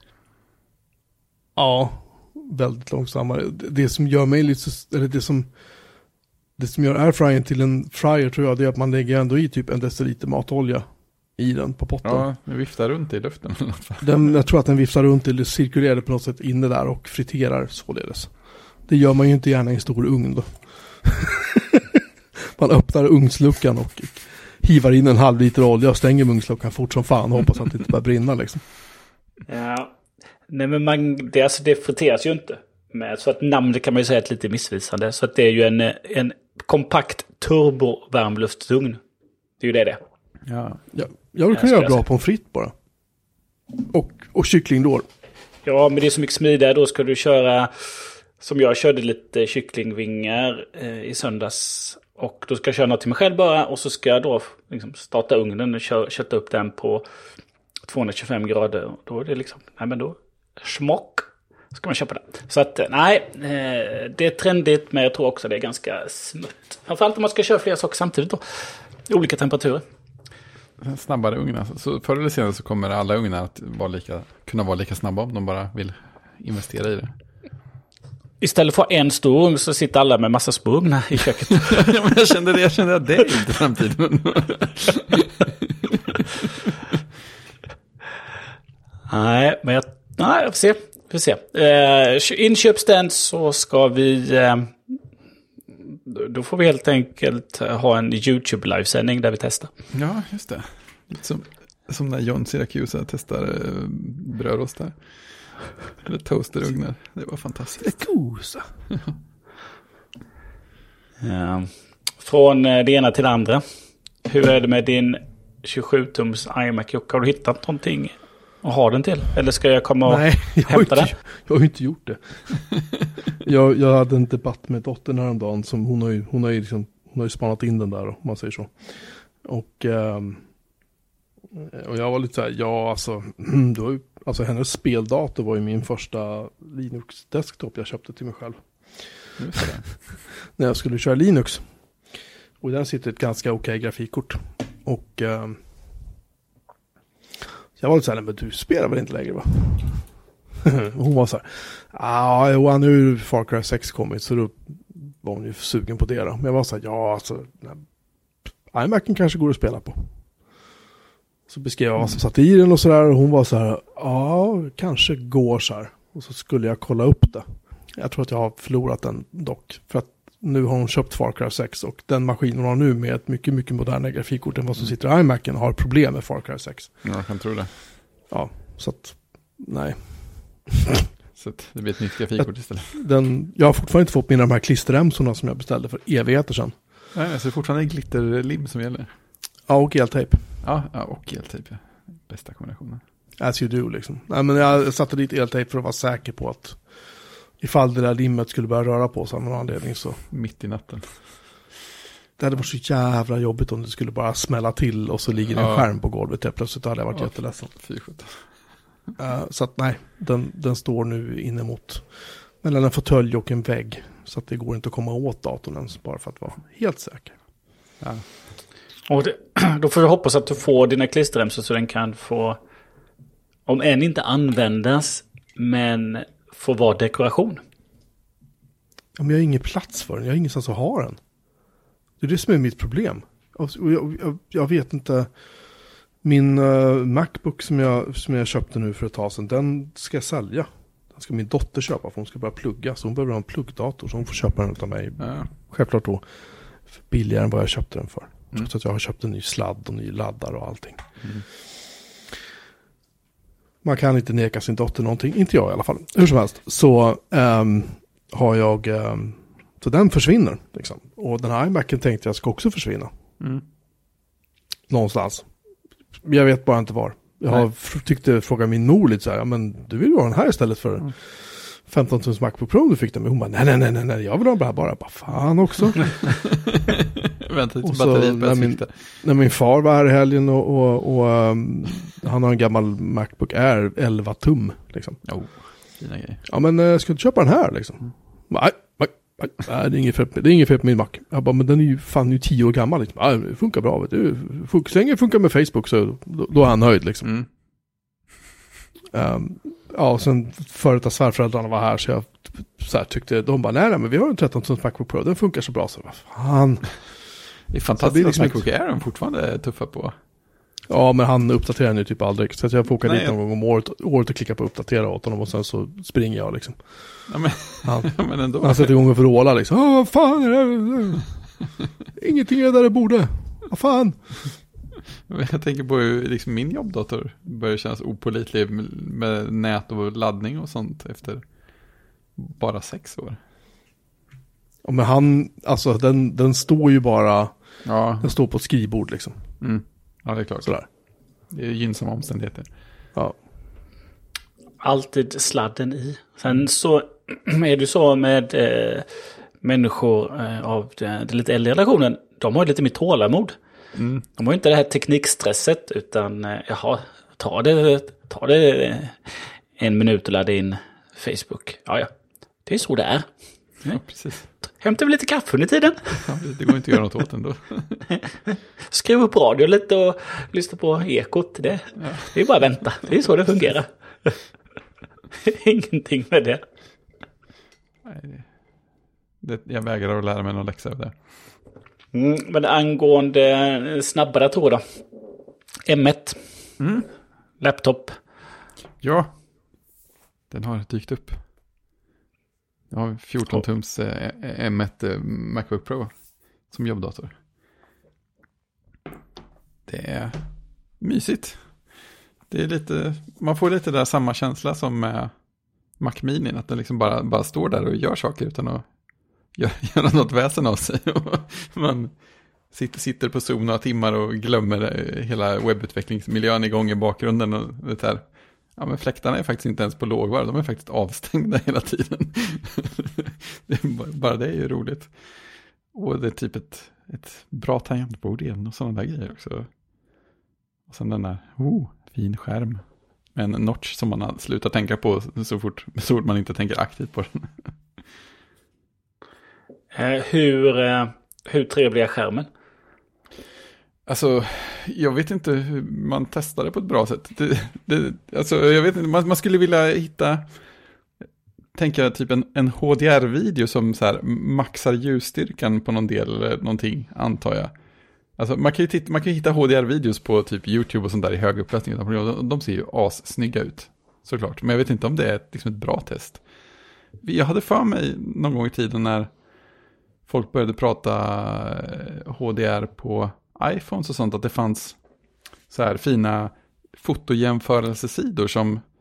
S2: Ja, väldigt långsammare. Det, det som gör mig lite, eller det som det som gör airfryern till en fryer tror jag, det är att man lägger ändå i typ en deciliter matolja i den på potten.
S3: Ja, den viftar runt i luften.
S2: Den, jag tror att den viftar runt eller cirkulerar på något sätt inne där och friterar således. Det gör man ju inte gärna i en stor ugn då. Man öppnar ugnsluckan och hivar in en halv liter olja och stänger ugnsluckan fort som fan och hoppas att det inte bara brinner liksom.
S1: Ja, nej men man, det, alltså, det friteras ju inte. Med, så att namnet kan man ju säga är lite missvisande. Så att det är ju en, en kompakt turbo-varmluftsugn. Det är ju det det.
S2: Ja. Ja, jag vill kunna göra bra på en fritt bara. Och, och kyckling då.
S1: Ja, men det är så mycket smidigare. Då ska du köra, som jag körde lite kycklingvingar eh, i söndags. Och då ska jag köra något till mig själv bara. Och så ska jag då liksom starta ugnen och kö- kötta upp den på tvåhundratjugofem grader. Och då är det liksom, nej men då, smock. Ska man köpa det. Så att nej, det är trendigt, men jag tror också det är ganska smutt. Framförallt om man ska köra flera saker samtidigt då. I olika temperaturer.
S3: Snabbare ugnar. Så förr eller senare så kommer alla ugnar att vara lika, kunna vara lika snabba om de bara vill investera i det.
S1: Istället för en stor ugn så sitter alla med massa små ugnar i köket.
S3: Men jag kände det, jag kände att det är inte framtiden.
S1: Nej, men jag, nej, jag får se. Vi får se. Uh, inköps den så ska vi... Uh, då får vi helt enkelt ha en YouTube-livesändning där vi testar.
S3: Ja, just det. Som, som när John Syracuse testar uh, brödrostar. Eller toasterugnar. Det var fantastiskt.
S2: Syracuse.
S1: uh, från det ena till det andra. Hur är det med din tjugosju tums iMac? Har du hittat någonting och har den till? Eller ska jag komma och
S2: Nej, jag
S1: hämta den?
S2: Jag har ju inte gjort det. jag, jag hade en debatt med dottern häromdagen som hon har ju, hon har ju, liksom, hon har ju spanat in den där om man säger så. Och, um, och jag var lite så här, ja alltså, det var ju, alltså hennes speldator var ju min första Linux-desktop jag köpte till mig själv.
S3: Just det.
S2: När jag skulle köra Linux. Och där sitter ett ganska okej grafikkort. Och um, jag var lite så här, men du spelar väl inte längre va? Hon var så här, ja, ah, nu är Far Cry sex kommit så då var hon ju sugen på det då. Men jag var så här, ja alltså, iMacen kanske går att spela på. Så beskrev jag vad som satt i den och sådär och hon var så här, ja, kanske går så här. Och så skulle jag kolla upp det. Jag tror att jag har förlorat den dock. För att nu har hon köpt Far Cry sex och den maskinen hon har nu med ett mycket, mycket modernare grafikkort än vad som sitter i iMacen har problem med Far Cry sex.
S3: Ja, jag kan tro det.
S2: Ja, så att, nej.
S3: Så att det blir ett nytt grafikkort istället.
S2: Den, jag har fortfarande inte fått mina de här klisterremsorna som jag beställde för evigheter sedan.
S3: Nej, alltså det är fortfarande glitterlim som gäller.
S2: Ja, och eltejp.
S3: Ja, ja och eltejp, ja. Bästa kombinationen.
S2: As you do, liksom. Nej, men jag satte dit eltejp för att vara säker på att ifall det där limmet skulle börja röra på sig av någon anledning så...
S3: Mitt i natten.
S2: Det hade varit så jävla jobbigt om det skulle bara smälla till och så ligger det en
S3: ja.
S2: skärm på golvet. Helt plötsligt hade jag varit ja, jätteledsen.
S3: Fy sjutton.
S2: Uh, så att nej, den, den står nu inne mot mellan en fåtölj och en vägg. Så att det går inte att komma åt datorn ens bara för att vara helt säker.
S3: Ja.
S1: Och det, då får du hoppas att du får dina klisterremsor så den kan få, om än inte användas, men få vara dekoration.
S2: Ja, men jag har ingen plats för den, jag har ingenstans att ha den. Det är det som är mitt problem. Och jag, jag, jag vet inte, min uh, MacBook som jag, som jag köpte nu för ett tag sedan, den ska jag sälja. Den ska min dotter köpa för hon ska börja plugga. Så hon behöver ha en pluggdator så hon får köpa den av mig.
S3: Ja.
S2: Självklart då billigare än vad jag köpte den för.
S3: Mm.
S2: Trots att jag har köpt en ny sladd och ny laddare och allting.
S3: Mm.
S2: Man kan inte neka sin dotter någonting. Inte jag i alla fall. Hur som helst. Så um, har jag... Um, så den försvinner. Liksom. Och den här iMacen tänkte jag ska också försvinna.
S3: Mm.
S2: Någonstans. Jag vet bara inte var. Jag har f- tyckte fråga min mor lite så här. Ja, men du vill ju ha den här istället för mm. femton tusen MacBook Pro du fick den. Men hon bara, nej, nej, nej, nej, nej. Jag vill ha den bara. bara. Bara fan också.
S3: Vänta
S2: och
S3: till
S2: så
S3: batteriet
S2: när
S3: börjar
S2: min,
S3: svikta.
S2: när min far var här i helgen och, och, och um, han har en gammal MacBook Air elva tum. Liksom.
S3: Oh, fina grejer.
S2: Ja, men uh, ska du köpa den här liksom? Mm. Nej, nej, nej, nej, det är inget fel, det är inget fel på min Mac. Jag bara, men den är ju fan nu tio år gammal. Liksom. Ja, det funkar bra. Vet du. Fun- så länge det funkar med Facebook så då, då är han nöjd liksom.
S3: Mm.
S2: Um, ja, och sen förut att svärföräldrarna var här så jag så här, tyckte, de bara, nej, nej, men vi har en tretton tums MacBook Pro, den funkar så bra så vad fan.
S3: Det är fantastiskt
S2: liksom
S3: att MacBook Air är fortfarande tuffa på.
S2: Ja, men han uppdaterar nu typ aldrig. Så att jag får åka
S3: nej,
S2: dit någon gång om året, året och klicka på uppdatera åt honom och sen så springer jag liksom.
S3: Ja, men,
S2: han,
S3: ja, men ändå.
S2: Han sätter igång och vrålar liksom. Åh, vad fan är det? Ingenting är där det borde. Vad fan?
S3: Jag tänker på hur liksom min jobbdator börjar kännas opålitlig med nät och laddning och sånt efter bara sex år.
S2: Ja, men han, alltså den, den står ju bara,
S3: ja.
S2: Den står på ett skrivbord liksom.
S3: Mm. Ja, det är klart.
S2: Sådär.
S3: Det är gynnsamma omständigheter.
S2: Ja.
S1: Alltid sladden i. Sen så är det så med eh, människor eh, av den lite äldre generationen. De har ju lite mer tålamod.
S3: Mm.
S1: De har ju inte det här teknikstresset utan eh, jaha, ta det, ta det eh, en minut och ladda in Facebook. Ja, ja. Det är så det är.
S3: Ja, precis.
S1: Hämtar vi lite kaffe under tiden.
S3: Ja, det går inte att göra något åt ändå.
S1: Skriv upp radio lite och lyssna på ekot. Det, ja. Det är bara att vänta. Det är så det fungerar. Ingenting med det.
S3: Nej, det, det, jag vägrar att lära mig någon läxa av det.
S1: Mm, men angående snabba datorer då. M ett.
S3: Mm.
S1: Laptop.
S3: Ja. Den har dykt upp. Jag har fjorton tums eh, M ett eh, MacBook Pro som jobbdator. Det är mysigt. Det är lite, man får lite där samma känsla som med Mac Mini, att den liksom bara, bara står där och gör saker utan att göra, göra något väsen av sig. Man sitter, sitter på Zoom några timmar och glömmer hela webbutvecklingsmiljön igång i bakgrunden och det här. Ja, men fläktarna är faktiskt inte ens på lågvar. De är faktiskt avstängda hela tiden. det är bara, bara det är ju roligt. Och det är typ ett, ett bra tangentbord igen och sådana där grejer också. Och sen den där, oh, fin skärm. Med en notch som man slutar tänka på så fort, så fort man inte tänker aktivt på den.
S1: eh, hur, eh, hur trevlig är skärmen?
S3: Alltså, jag vet inte hur man testar det på ett bra sätt. Det, det, alltså, jag vet inte, man, man skulle vilja hitta, tänka typ en, en H D R-video som så här maxar ljusstyrkan på någon del eller någonting, antar jag. Alltså, man kan ju titta, man kan hitta H D R-videos på typ YouTube och sånt där i hög upplösning. De, de ser ju assnygga ut, såklart. Men jag vet inte om det är ett, liksom ett bra test. Jag hade för mig någon gång i tiden när folk började prata H D R på iPhones och sånt, att det fanns så här fina fotojämförelsesidor som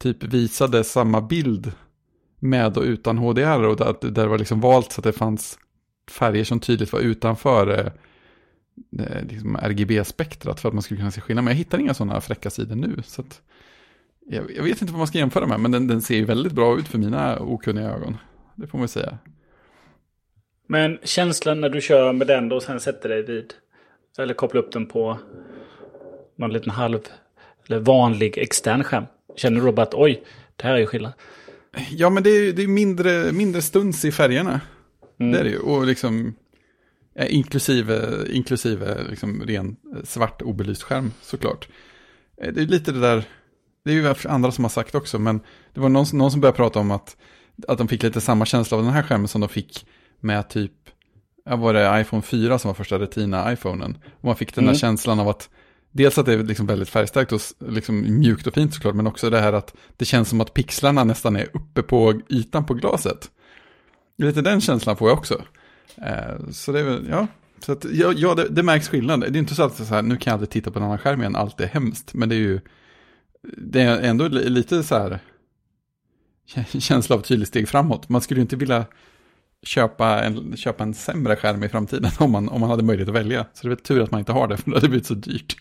S3: typ visade samma bild med och utan H D R och där, där det var liksom valt så att det fanns färger som tydligt var utanför eh, liksom R G B-spektrat för att man skulle kunna se skillnad. Men jag hittar inga sådana fräcka sidor nu. Så att, jag, jag vet inte vad man ska jämföra med, men den, den ser ju väldigt bra ut för mina okunniga ögon. Det får man säga.
S1: Men känslan när du kör med den då och sen sätter dig vid, eller kopplar upp den på någon liten halv eller vanlig extern skärm. Känner du då bara att oj, det här är ju skillnad?
S3: Ja, men det är, det är mindre, mindre stuns i färgerna. Mm. Det är det ju. Och liksom eh, inklusive, inklusive liksom ren svart obelyst skärm såklart. Eh, det är lite det där, det är ju andra som har sagt också, men det var någon, någon som började prata om att, att de fick lite samma känsla av den här skärmen som de fick med typ, ja, var det iPhone fyra som var första Retina-iPhonen. Och man fick den mm. där känslan av att dels att det är liksom väldigt färgstarkt och liksom mjukt och fint såklart, men också det här att det känns som att pixlarna nästan är uppe på ytan på glaset. Lite den känslan får jag också. Eh, så det är väl, ja. Så att, ja, ja det, det märks skillnad. Det är inte så att så här, nu kan jag aldrig titta på en annan skärm igen, allt är hemskt. Men det är ju, det är ändå lite så här känsla av tydligt steg framåt. Man skulle ju inte vilja köpa en, köpa en sämre skärm i framtiden om man, om man hade möjlighet att välja. Så det är väl tur att man inte har det, för det hade blivit så dyrt.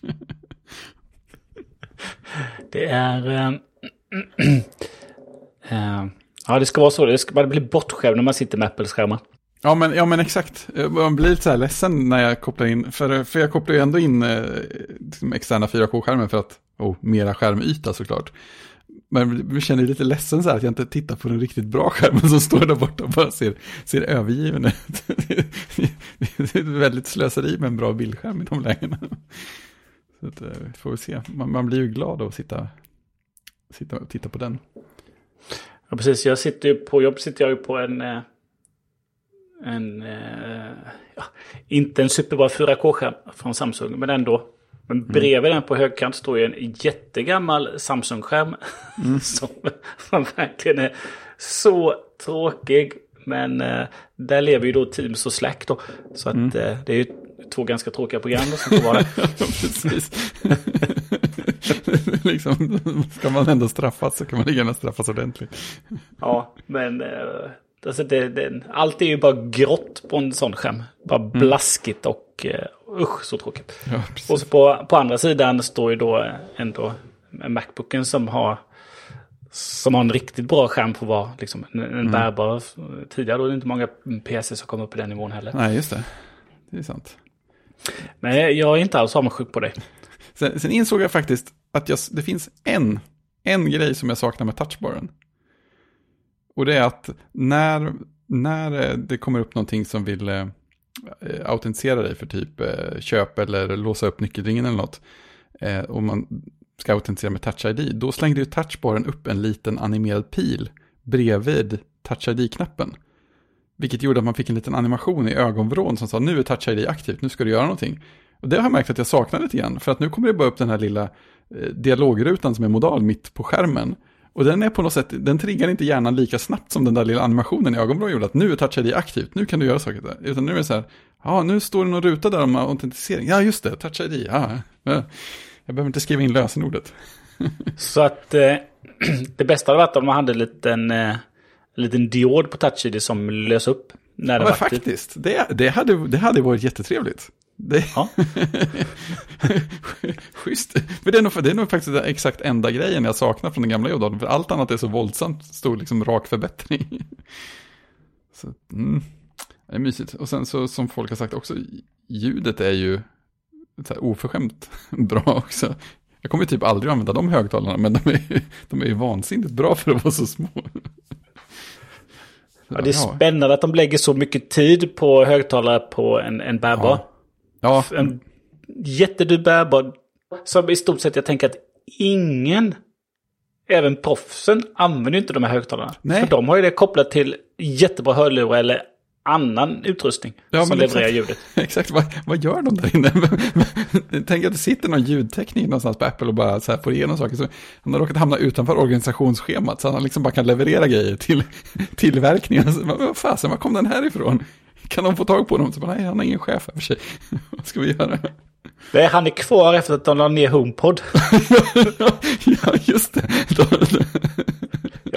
S1: Det är... Äh, äh, ja, det ska vara så. Det ska bara bli bortskämd när man sitter med Apple-skärmar.
S3: Ja men, ja, men exakt. Man blir lite så här ledsen när jag kopplar in, för, för jag kopplar ju ändå in eh, externa fyra K-skärmen för att, oh, mera skärmyta såklart. Men jag känner lite ledsen så här att jag inte tittar på den riktigt bra skärmen som står där borta och bara ser, ser övergiven ut. Det är väldigt slöseri med en bra bildskärm i de lägena. Så att, får vi se. Man, man blir ju glad av att sitta, sitta och titta på den.
S1: Ja, precis. Jag sitter ju på jobb sitter jag ju på en en ja, inte en superbra fyra K-skärm från Samsung, men ändå. Men bredvid mm. den på högkant står ju en jättegammal Samsung-skärm mm. som, som verkligen är så tråkig. Men eh, där lever ju då Teams och Slack då. Så att mm. eh, det är ju två ganska tråkiga program då, som får vara
S3: ja, precis. Liksom, ska man ändå straffas så kan man gärna straffas ordentligt.
S1: Ja, men eh, alltså det, det, allt är ju bara grått på en sån skärm. Bara mm. blaskigt och eh, usch, så tråkigt. Ja, och så på, på andra sidan står ju då ändå Macbooken som har som har en riktigt bra skärm på var liksom en, en mm. bärbar. Tidigare då är det inte många P C som kommer upp på den nivån heller.
S3: Nej, just det. Det är sant.
S1: Men jag är inte alls avundsjuk på dig.
S3: Sen, sen insåg jag faktiskt att jag, det finns en, en grej som jag saknar med touchbaren. Och det är att när, när det kommer upp någonting som vill eh, autentisera dig för typ eh, köp eller låsa upp nyckelringen eller något. Eh, och man ska autentisera med Touch I D. Då slängde ju touchbaren upp en liten animerad pil bredvid Touch I D-knappen. Vilket gjorde att man fick en liten animation i ögonvrån som sa nu är Touch I D aktivt, nu ska du göra någonting. Och det har jag märkt att jag saknar lite grann. För att nu kommer det bara upp den här lilla eh, dialogrutan som är modal mitt på skärmen. Och den är på något sätt, den triggar inte hjärnan lika snabbt som den där lilla animationen i ögonvrån gjorde. Att nu är Touch I D aktivt, nu kan du göra saker där. Utan nu är det så här, ja nu står det någon ruta där om autentisering. Ja just det, Touch I D, ja. ja. Jag behöver inte skriva in lösenordet.
S1: Så att eh, det bästa hade varit om man hade en liten, eh, en liten diod på Touch I D som lös upp. När det
S3: ja,
S1: var
S3: faktiskt, det, det, hade, det hade varit jättetrevligt. Det... Ja. Schysst. För det är, nog, det är nog faktiskt den exakt enda grejen jag saknar från den gamla jobbdatorn. För allt annat är så våldsamt stor liksom rak förbättring. Så, mm, det är mysigt. Och sen så som folk har sagt också, ljudet är ju så här oförskämt bra också. Jag kommer typ aldrig använda de högtalarna, men de är, de är ju vansinnigt bra för att vara så små.
S1: Ja, det är spännande att de lägger så mycket tid på högtalare på en, en bärbar.
S3: Ja. Ja.
S1: En jättedyr bärbar som i stort sett jag tänker att ingen, även proffsen, använder inte de här högtalarna. Nej. För de har ju det kopplat till jättebra hörlurar eller annan utrustning
S3: ja,
S1: som levererar ljudet.
S3: Exakt, vad, vad gör de där inne? Tänk att det sitter någon ljudteknik någonstans på Apple och bara så här får igenom saker. Så han har råkat hamna utanför organisationsschemat så han liksom bara kan leverera grejer till tillverkningen. Så, vad fasen, var kom den här ifrån? Kan de få tag på dem? Så bara, nej, han har ingen chef för sig. Vad ska vi göra?
S1: Nej, han är kvar efter att de la ner HomePod.
S3: Ja, just det.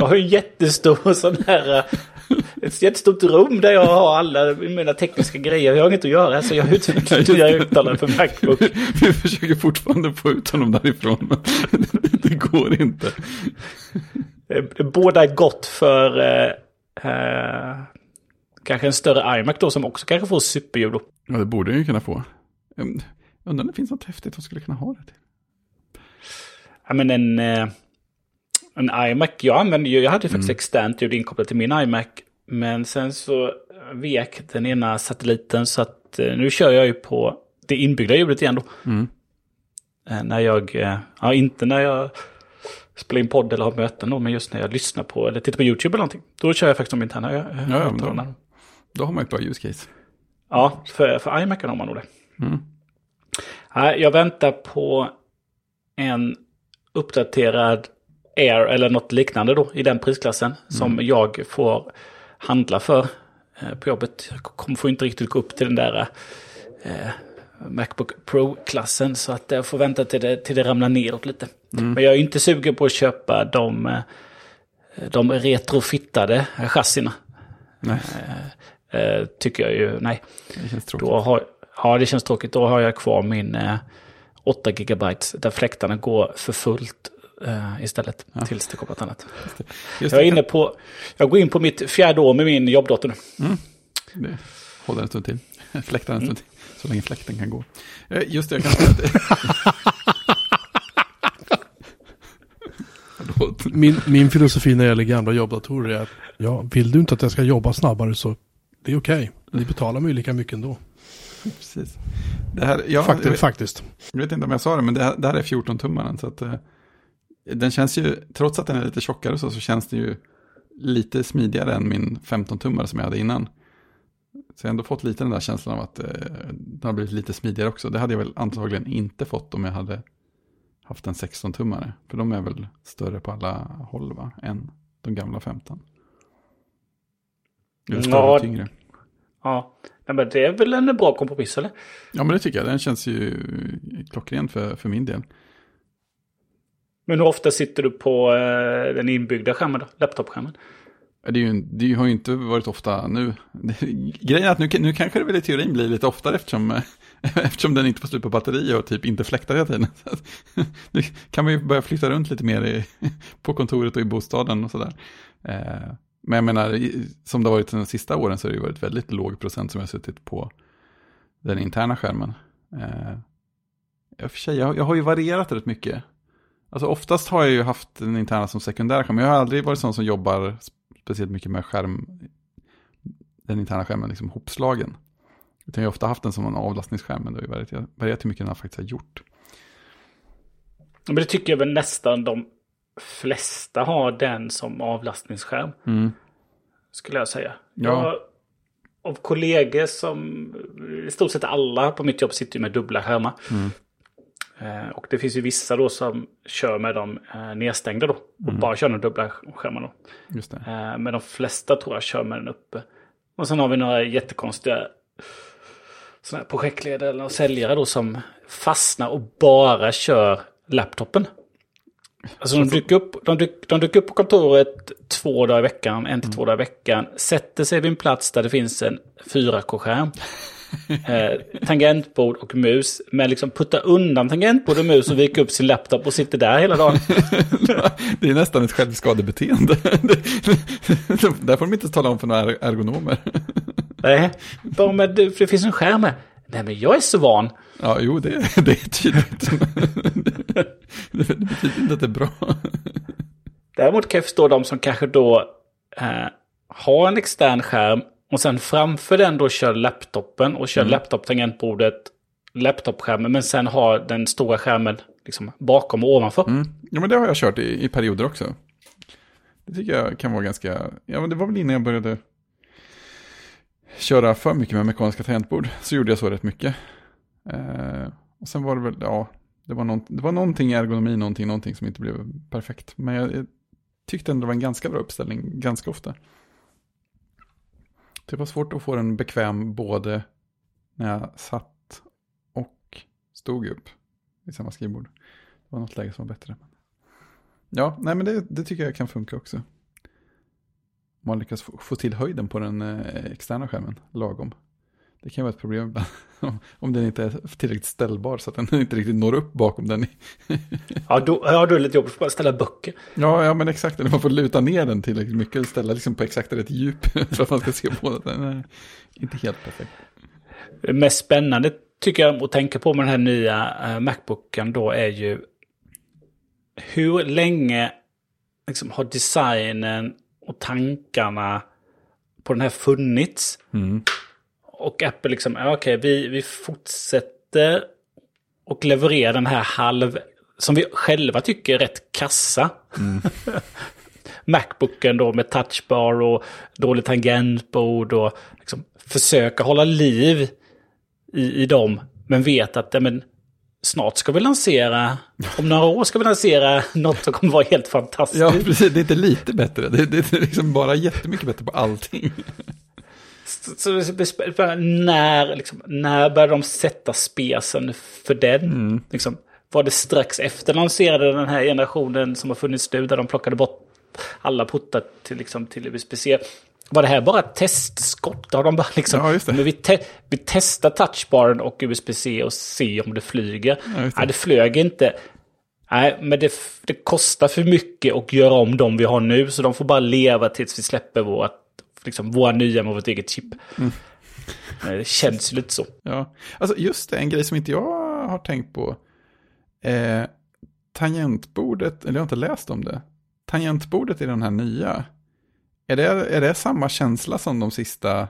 S1: Jag har en jättestor sån här, ett jättestort rum där jag har alla mina tekniska grejer. Jag har inget att göra, så jag utvecklar nya uttalare för Macbook.
S3: Vi försöker fortfarande få ut honom därifrån, men det går inte.
S1: Båda är gott för eh, eh, kanske en större iMac då, som också kanske får superljud då.
S3: Ja, det borde jag ju kunna få. Jag undrar om det finns något häftigt som skulle kunna ha det till.
S1: Ja, men en, eh, en iMac, jag använde ju, jag hade ju faktiskt
S3: Mm.
S1: externt ljud inkopplat till min iMac, men sen så vek den ena satelliten, så att eh, nu kör jag ju på det inbyggda ljudet igen då.
S3: Mm.
S1: Eh, när jag, eh, ja inte när jag spelar in podd eller har möten då, men just när jag lyssnar på eller tittar på YouTube eller någonting, då kör jag faktiskt de interna eh,
S3: Ja, ja,
S1: högtalarna.
S3: då, då har man ett bra use case.
S1: Ja, för, för iMacen har man nog det.
S3: Mm.
S1: Ja, jag väntar på en uppdaterad Air eller något liknande då i den prisklassen mm. som jag får handla för eh, på jobbet. Jag kommer få inte riktigt gå upp till den där eh, Macbook Pro-klassen, så att jag får vänta till det, till det ramlar neråt lite. Mm. Men jag är inte sugen på att köpa de, eh, de retrofittade chassina.
S2: Nej.
S1: Eh, eh, tycker jag ju, nej.
S3: Det känns tråkigt.
S1: Då har, ja, det känns tråkigt. Då har jag kvar min eh, åtta gigabyte där fläktarna går för fullt uh, istället ja. Tills det kommer något annat. Just det. Just jag är inne på, jag går in på mitt fjärde år med min jobbdator nu.
S3: Mm. Det håller en stund till. Fläktar en stund till. Så länge fläkten kan gå. Just det, jag kan säga att
S2: min, min filosofi när det gäller gamla jobbdatorer är att ja, vill du inte att jag ska jobba snabbare så det är okej. Okay. Ni betalar mig lika mycket ändå.
S3: Precis. Det här, ja,
S2: Fakt,
S3: jag vet,
S2: faktiskt.
S3: Jag vet inte om jag sa det, men det här, det här är fjorton-tummaren. Så att, eh, den känns ju, trots att den är lite tjockare så, så känns det ju lite smidigare än min femton-tummare som jag hade innan. Så jag har ändå fått lite den där känslan av att eh, den har blivit lite smidigare också. Det hade jag väl antagligen inte fått om jag hade haft en sexton-tummare. För de är väl större på alla håll, va? Än de gamla femton. Eller större och tyngre.
S1: Ja, men det är väl en bra kompromiss, eller?
S3: Ja, men det tycker jag. Den känns ju klockren för, för min del.
S1: Men hur ofta sitter du på eh, den inbyggda skärmen då? Laptop-skärmen?
S3: Det, är ju, det har ju inte varit ofta nu. Grejen är att nu, nu kanske det väl i teorin blir lite oftare eftersom, eftersom den inte får slut på batteri och typ inte fläktar hela tiden. Nu kan man ju börja flytta runt lite mer i, på kontoret och i bostaden och sådär. Eh, men jag menar, som det har varit de sista åren så har det ju varit väldigt låg procent som jag har suttit på den interna skärmen. Eh, jag, för sig, jag, jag har ju varierat rätt mycket. Alltså oftast har jag ju haft den interna som sekundär skärm. Men jag har aldrig varit sån som jobbar speciellt mycket med skärm, den interna skärmen liksom hopslagen. Utan jag har ofta haft den som en avlastningsskärm, men det har ju varierat, varierat hur mycket den har faktiskt har gjort.
S1: Men det tycker jag väl nästan de flesta har den som avlastningsskärm. Mm. Skulle jag säga. Ja. Jag, av kollegor som, i stort sett alla på mitt jobb sitter ju med dubbla skärmar. Mm. Eh, och det finns ju vissa då som kör med dem eh, nedstängda då. Och mm. bara kör den dubbla skärmen då.
S3: Just det.
S1: Eh, men de flesta tror jag kör med den uppe. Och sen har vi några jättekonstiga såna här projektledare och säljare då som fastnar och bara kör laptopen. Alltså de dyker upp, de dyker, de dyker upp på kontoret två dagar i veckan, en till mm. två dagar i veckan. Sätter sig vid en plats där det finns en fyra K-skärm. eh, tangentbord och mus. Men liksom putta undan tangentbord och mus och vika upp sin laptop och sitter där hela dagen.
S3: Det är nästan ett självskadebeteende. Där får de inte tala om för några ergonomer.
S1: Nej, bara med, det finns en skärm här. Nej, men jag är så van.
S3: Ja, jo, det, det är tydligt. Det, det betyder inte att det är bra.
S1: Däremot kan jag förstå de som kanske då eh, har en extern skärm och sen framför den då kör laptopen och kör mm. laptop-tangentbordet, laptopskärmen, men sen har den stora skärmen liksom bakom och ovanför.
S3: Mm. Ja, men det har jag kört i, i perioder också. Det tycker jag kan vara ganska... Ja, men det var väl innan jag började köra för mycket med mekaniska tangentbord. Så gjorde jag så rätt mycket. Eh, och sen var det väl, ja, det var, någon, det var någonting i ergonomi, någonting, någonting som inte blev perfekt. Men jag, jag tyckte ändå det var en ganska bra uppställning ganska ofta. Det var svårt att få den bekväm både när jag satt och stod upp i samma skrivbord. Det var något läge som var bättre. Ja, nej men det, det tycker jag kan funka också. man lyckas få, få till höjden på den eh, externa skärmen lagom. Det kan ju vara ett problem ibland. Om den inte är tillräckligt ställbar så att den inte riktigt når upp bakom den.
S1: ja, då, ja, då är det lite jobbigt att ställa böcker.
S3: Ja, ja, men exakt. Man får luta ner den tillräckligt mycket och ställa liksom på exakt rätt djup för att man ska se på den. Den är inte helt perfekt.
S1: Det mest spännande tycker jag att tänka på med den här nya uh, MacBooken då är ju hur länge liksom, har designen och tankarna på den här funnits.
S3: Mm.
S1: Och Apple liksom, ja, okej, vi, vi fortsätter och levererar den här halv, som vi själva tycker är rätt kassa. Mm. MacBooken då med touchbar och dålig tangentbord och liksom försöka hålla liv i, i dem. Men vet att ja, men, snart ska vi lansera, om några år ska vi lansera något som kommer vara helt fantastiskt.
S3: Ja, precis. Det är inte lite bättre. Det är, det är liksom bara jättemycket bättre på allting.
S1: Så, så när, liksom, när började de sätta spesen för den? Mm. Liksom, var det strax efter lanserade den här generationen som har funnits nu där de plockade bort alla portar till, liksom, till U S B C? Var det här bara ett testskott? Har de bara liksom,
S3: ja, just det.
S1: Men vi, te- vi testar touchbaren och U S B C och ser om det flyger. Ja, det. Nej, det flög inte. Nej, men det, det kostar för mycket att göra om de vi har nu, så de får bara leva tills vi släpper vårt liksom våra nya med vårt eget chip. Mm. Det känns ju lite så.
S3: Ja, alltså just det, en grej som inte jag har tänkt på. Eh, tangentbordet, eller jag har inte läst om det. Tangentbordet i den här nya. Är det, är det samma känsla som de sista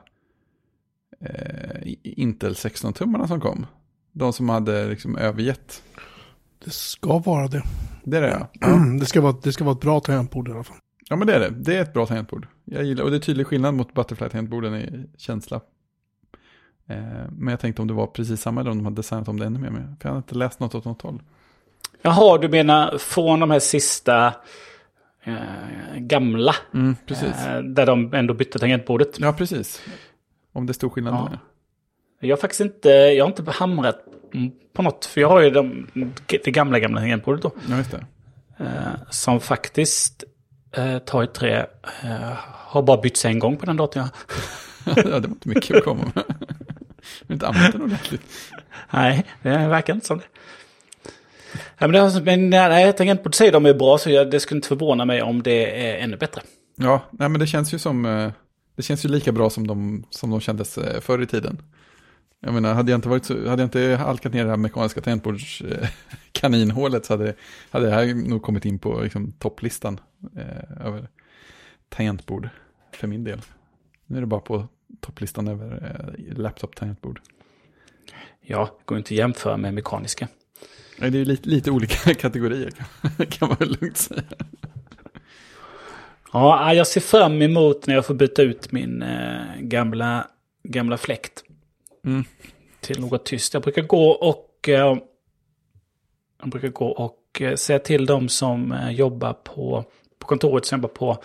S3: eh, Intel sexton-tummarna som kom? De som hade liksom övergett.
S2: Det ska vara det.
S3: Det är det, ja.
S2: Ja. det, ska vara, det ska vara ett bra tangentbord i alla fall.
S3: Ja, men det är det. Det är ett bra tangentbord. Jag gillar, och det är tydlig skillnad mot Butterfly-tangentborden i känsla. Eh, men jag tänkte om det var precis samma eller om de hade designat om det ännu mer. Med. För jag hade inte läst något åt något håll.
S1: Jaha, du menar från de här sista eh, gamla.
S3: Mm, precis.
S1: Eh, där de ändå bytte tangentbordet.
S3: Ja, precis. Om det är stor skillnad ja. Där.
S1: Jag har faktiskt inte, jag har inte hamrat på något. För jag har ju de, det gamla gamla tangentbordet då.
S3: Ja, just det.
S1: Eh, som faktiskt... Uh, Toy tre uh, har bara bytts en gång på den datorn.
S3: Ja, det var inte mycket att komma med. Jag har inte använt den ordentligt.
S1: Nej, det verkar inte som det. Ja, men det har, men, nej, jag tänker inte på att säga att de är bra, så jag, det skulle inte förvåna mig om det är ännu bättre.
S3: Ja, nej, men det känns ju som det känns ju lika bra som de, som de kändes förr i tiden. Jag menar, hade jag inte, varit så, hade jag inte halkat ner det här mekaniska tangentbords eh, kaninhålet så hade, hade det här nog kommit in på liksom, topplistan eh, över tangentbord för min del. Nu är det bara på topplistan över eh, laptop-tangentbord.
S1: Ja, det går inte att jämföra med mekaniska.
S3: Nej, det är ju lite, lite olika kategorier kan, kan man väl lugnt säga.
S1: Ja, jag ser fram emot när jag får byta ut min eh, gamla, gamla fläkt. Mm. Till något tyst. Jag brukar gå och eh, jag brukar gå och eh, säga till dem som eh, jobbar på, på kontoret, som jobbar på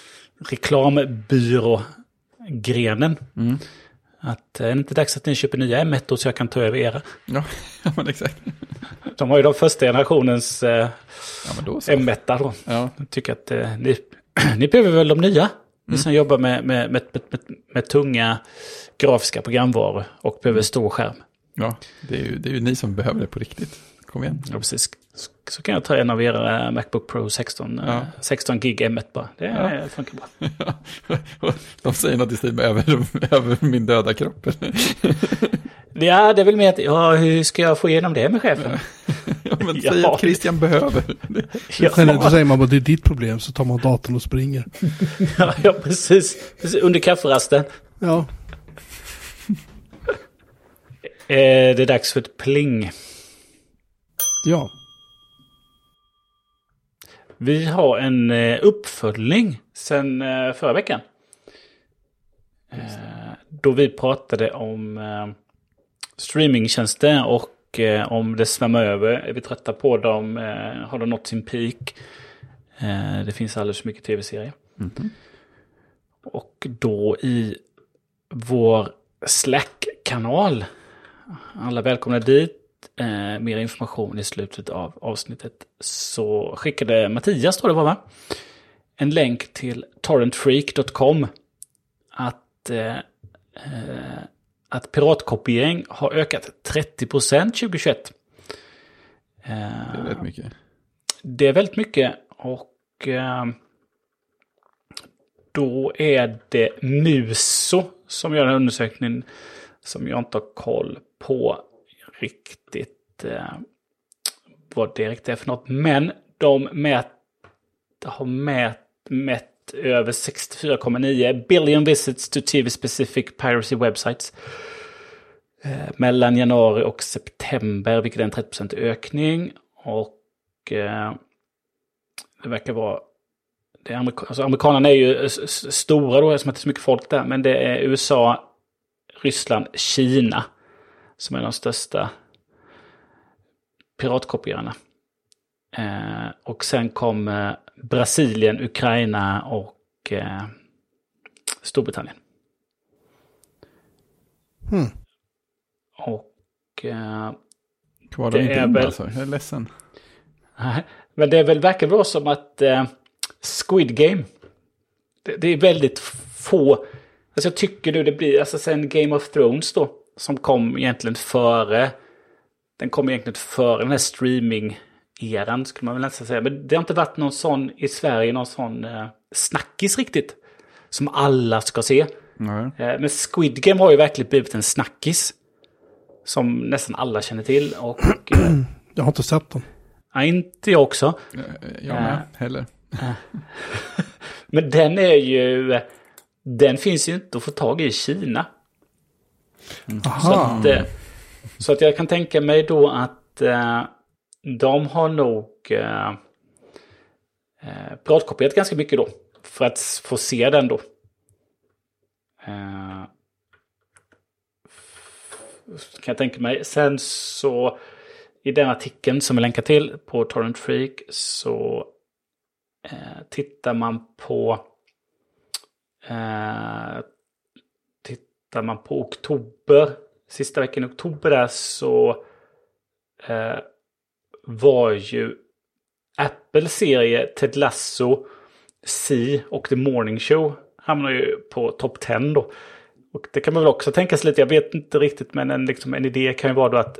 S1: reklambyrågrenen. Mm. Att eh, är det inte dags att ni köper nya M ett så jag kan ta över era?
S3: Ja, ja men exakt.
S1: De har ju de första generationens eh,
S3: ja, men då så.
S1: M ett då.
S3: Ja.
S1: Jag tycker att eh, ni, ni behöver väl de nya? Mm. Ni som jobbar med, med, med, med, med, med tunga grafiska programvaror och behöver stor skärm.
S3: Ja, det är, ju, det är ju ni som behöver det på riktigt. Kom igen.
S1: Ja, precis. Så kan jag ta en av era MacBook Pro sexton, ja. sexton gig M ett bara. Det ja. funkar bra.
S3: Ja. De säger något i stil med över, över min döda kropp.
S1: Ja, det är väl mer att, ja, hur ska jag få igenom det med chefen?
S3: Ja, men säg ja. Att Christian behöver.
S2: Ja. Sen då säger man bara, det är ditt problem, så tar man datorn och springer.
S1: Ja, ja precis. precis. Under kafferasten.
S2: Ja.
S1: Eh, det är dags för ett pling.
S2: Ja.
S1: Vi har en eh, uppföljning sen eh, förra veckan. Eh, då vi pratade om eh, streamingtjänster och eh, om det svämmar över. Är vi trötta på dem? Eh, har de nått sin peak? Eh, det finns alldeles för mycket tv-serier. Mm-hmm. Och då i vår Slack-kanal, alla välkomna dit, eh, mer information i slutet av avsnittet, så skickade Mattias, tror det var va? en länk till torrentfreak dot com att, eh, att piratkopiering har ökat trettio procent tjugohundratjugoett.
S3: Det är väldigt mycket.
S1: Det är väldigt mycket och eh, då är det Muso som gör en undersökning som jag inte har koll på riktigt eh, vad det riktigt är för något. Men de mät, har mät, mätt över sextiofyra komma nio billion visits to T V-specific piracy websites eh, mellan januari och september, vilket är en trettio procent ökning. Och eh, det verkar vara det är amerika- alltså amerikanerna är ju s- stora då, som inte är så mycket folk där, men det är U S A, Ryssland, Kina som är de största piratkopierarna. Eh, och sen kommer Brasilien, Ukraina och eh, Storbritannien.
S2: Hmm.
S1: Och eh,
S3: Kvar det inte
S1: är
S3: in,
S1: väl...
S3: alltså. Jag är ledsen.
S1: Men det är väl verkar vara som att eh, Squid Game, det, det är väldigt få, alltså jag tycker du det blir, alltså sen Game of Thrones då, som kom egentligen före, den kom egentligen före den här streaming-eran skulle man väl nästan säga, men det har inte varit någon sån i Sverige, någon sån eh, snackis riktigt, som alla ska se.
S3: Mm.
S1: Eh, men Squid Game har ju verkligen blivit en snackis, som nästan alla känner till, och eh,
S2: Jag har inte sett den.
S1: ja, inte jag också.
S3: Jag med, äh. heller.
S1: Men den är ju, den finns ju inte att få tag i i Kina.
S2: Mm.
S1: Så, att, så att jag kan tänka mig då att eh, de har nog eh, piratkopierat ganska mycket då. För att få se den då. Eh, kan jag tänka mig. Sen så i den artikeln som jag länkar till på Torrent Freak så eh, tittar man på eh, tittar man på oktober, sista veckan i oktober där, så eh, var ju Apples serie Ted Lasso, C och The Morning Show hamnar ju på topp tio då. Och det kan man väl också tänka sig lite, jag vet inte riktigt, men en, liksom, en idé kan ju vara då att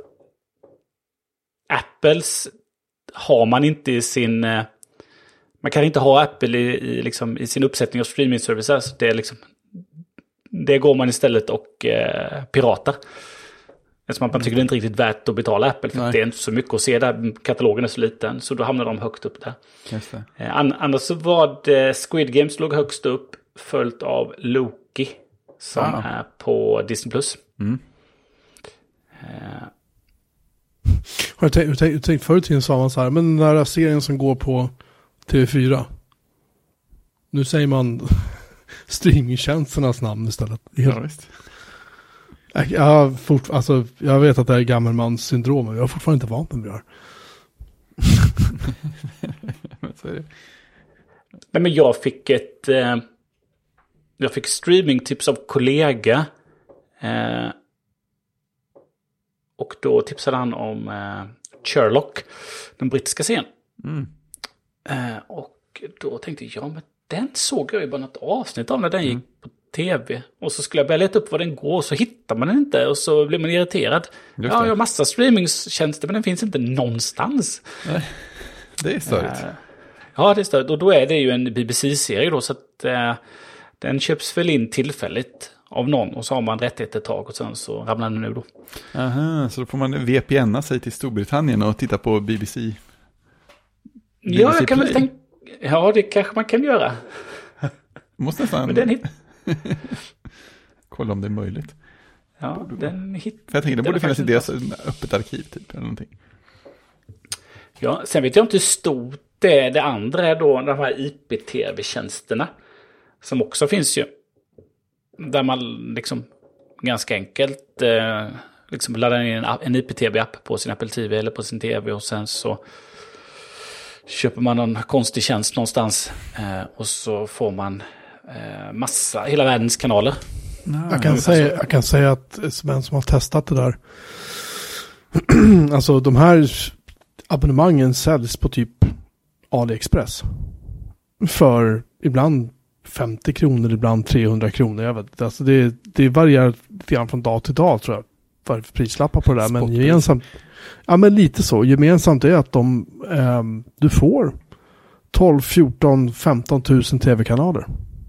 S1: Apples har man inte i sin... Eh, man kan inte ha Apple i, i, liksom, i sin uppsättning av streaming-servicer. Så det, är liksom, det går man istället och eh, piratar. Eftersom man tycker det är inte riktigt värt att betala Apple. För det är inte så mycket att se där. Katalogen är så liten. Så då hamnar de högt upp där.
S3: Just det.
S1: Eh, annars så var det Squid Games låg högst upp. Följt av Loki. Som ah. är på Disney plus.
S3: Mm.
S1: Eh,
S2: Har du tänkt, tänkt, tänkt förut i tiden sa man så här, men den där serien som går på T V fyra. Nu säger man streamingtjänsternas namn istället.
S3: Ja, visst.
S2: Jag, jag, fort, alltså, jag vet att det är gammelmans syndrom, men jag har fortfarande inte vant mig vid det här.
S3: Så är det.
S1: Nej, men jag fick ett... Eh, jag fick streamingtips av kollega. Eh, och då tipsade han om eh, Sherlock, den brittiska serien.
S3: Mm.
S1: Eh, och då tänkte jag, ja men den såg jag ju bara något avsnitt av när den gick mm. på tv. Och så skulle jag börja leta upp var den går, och så hittar man den inte. Och så blir man irriterad. Ja, jag har massa streamingtjänster, men den finns inte någonstans.
S3: Nej, det är störigt.
S1: Eh, ja, det är störigt. Och då är det ju en B B C-serie då, så att eh, den köps väl in tillfälligt av någon, och så har man rättighet ett tag och sen så ramlar den nu då.
S3: Aha, så då får man V P N-a sig till Storbritannien och titta på B B C. B B C
S1: ja, jag kan
S3: Play.
S1: väl tänka... Ja, det kanske man kan göra.
S3: Måste nästan...
S1: Men den hit...
S3: Kolla om det är möjligt.
S1: Ja, den hit...
S3: För jag tänker, det borde finnas i deras öppet arkiv typ, eller någonting.
S1: Ja, sen vet jag inte hur stort det är. Det andra är då de här I P T V-tjänsterna. Som också finns ju. Där man liksom ganska enkelt eh, liksom laddar in en, en I P T V-app på sin Apple T V eller på sin T V, och sen så köper man någon konstig tjänst någonstans eh, och så får man eh, massa, hela världens kanaler.
S2: Nej, jag, kan säga, jag kan säga att vem som har testat det där, alltså de här abonnemangen säljs på typ AliExpress för ibland femtio kronor, ibland trehundra kronor. Jag vet, alltså det, det varierar lite grann från dag till dag tror jag. För prislappar på det där. Men gemensamt, ja men lite så. Gemensamt är att de, eh, du får tolv, fjorton, femton tusen tv-kanaler.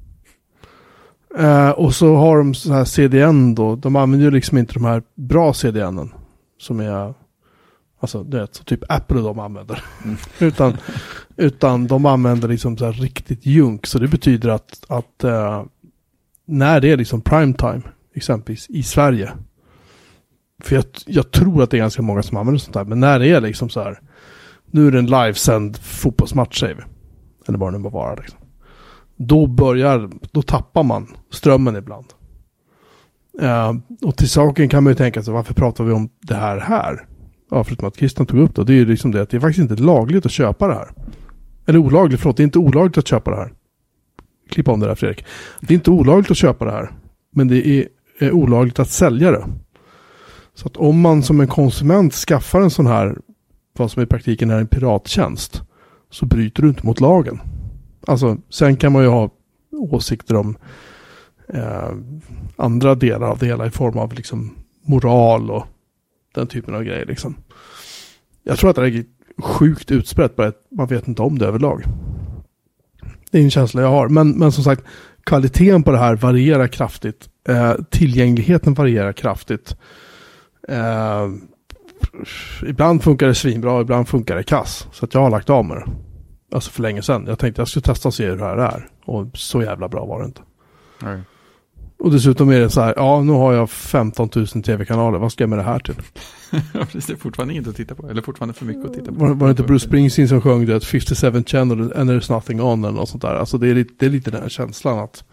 S2: Eh, och så har de så här C D N då. De använder ju liksom inte de här bra C D N-en. Som är, alltså det är så typ Apple de använder. Mm. utan, utan de använder liksom så här riktigt junk. Så det betyder att, att eh, när det är liksom primetime, exempelvis i Sverige. För jag, jag tror att det är ganska många som använder sånt här. Men när det är liksom så här, nu är det en livesänd fotbollsmatch säger vi. Eller vad det nu må vara liksom. Då börjar, då tappar man strömmen ibland. Uh, och till saken kan man ju tänka sig, varför pratar vi om det här här? Ja, förutom att Christian tog upp det. Det är ju liksom det att det är faktiskt inte lagligt att köpa det här. Eller olagligt, förlåt, det är inte olagligt att köpa det här. Klippa om det där Fredrik. Det är inte olagligt att köpa det här. Men det är, är olagligt att sälja det. Så att om man som en konsument skaffar en sån här, vad som i praktiken är en pirattjänst, så bryter du inte mot lagen. Alltså, sen kan man ju ha åsikter om eh, andra delar av det hela i form av liksom moral och den typen av grejer liksom. Jag tror att det är sjukt utsprätt, bara att man vet inte om det överlag. Det är en känsla jag har. Men, men som sagt, kvaliteten på det här varierar kraftigt. Eh, tillgängligheten varierar kraftigt. Eh, ibland funkar det svinbra, ibland funkar det kass. Så att jag har lagt av med det. Alltså för länge sedan. Jag tänkte jag skulle testa och se hur det här är. Och så jävla bra var det inte.
S3: Nej.
S2: Och dessutom är det så här, ja nu har jag femton tusen tv-kanaler. Vad ska jag med det här till?
S3: Precis, det är fortfarande inget att titta på. Eller fortfarande för mycket att titta på.
S2: Var, var det inte Bruce Springsteen som sjöng det? femtiosju channel and there's nothing on eller något sånt där. Alltså det är lite, det är lite den här känslan att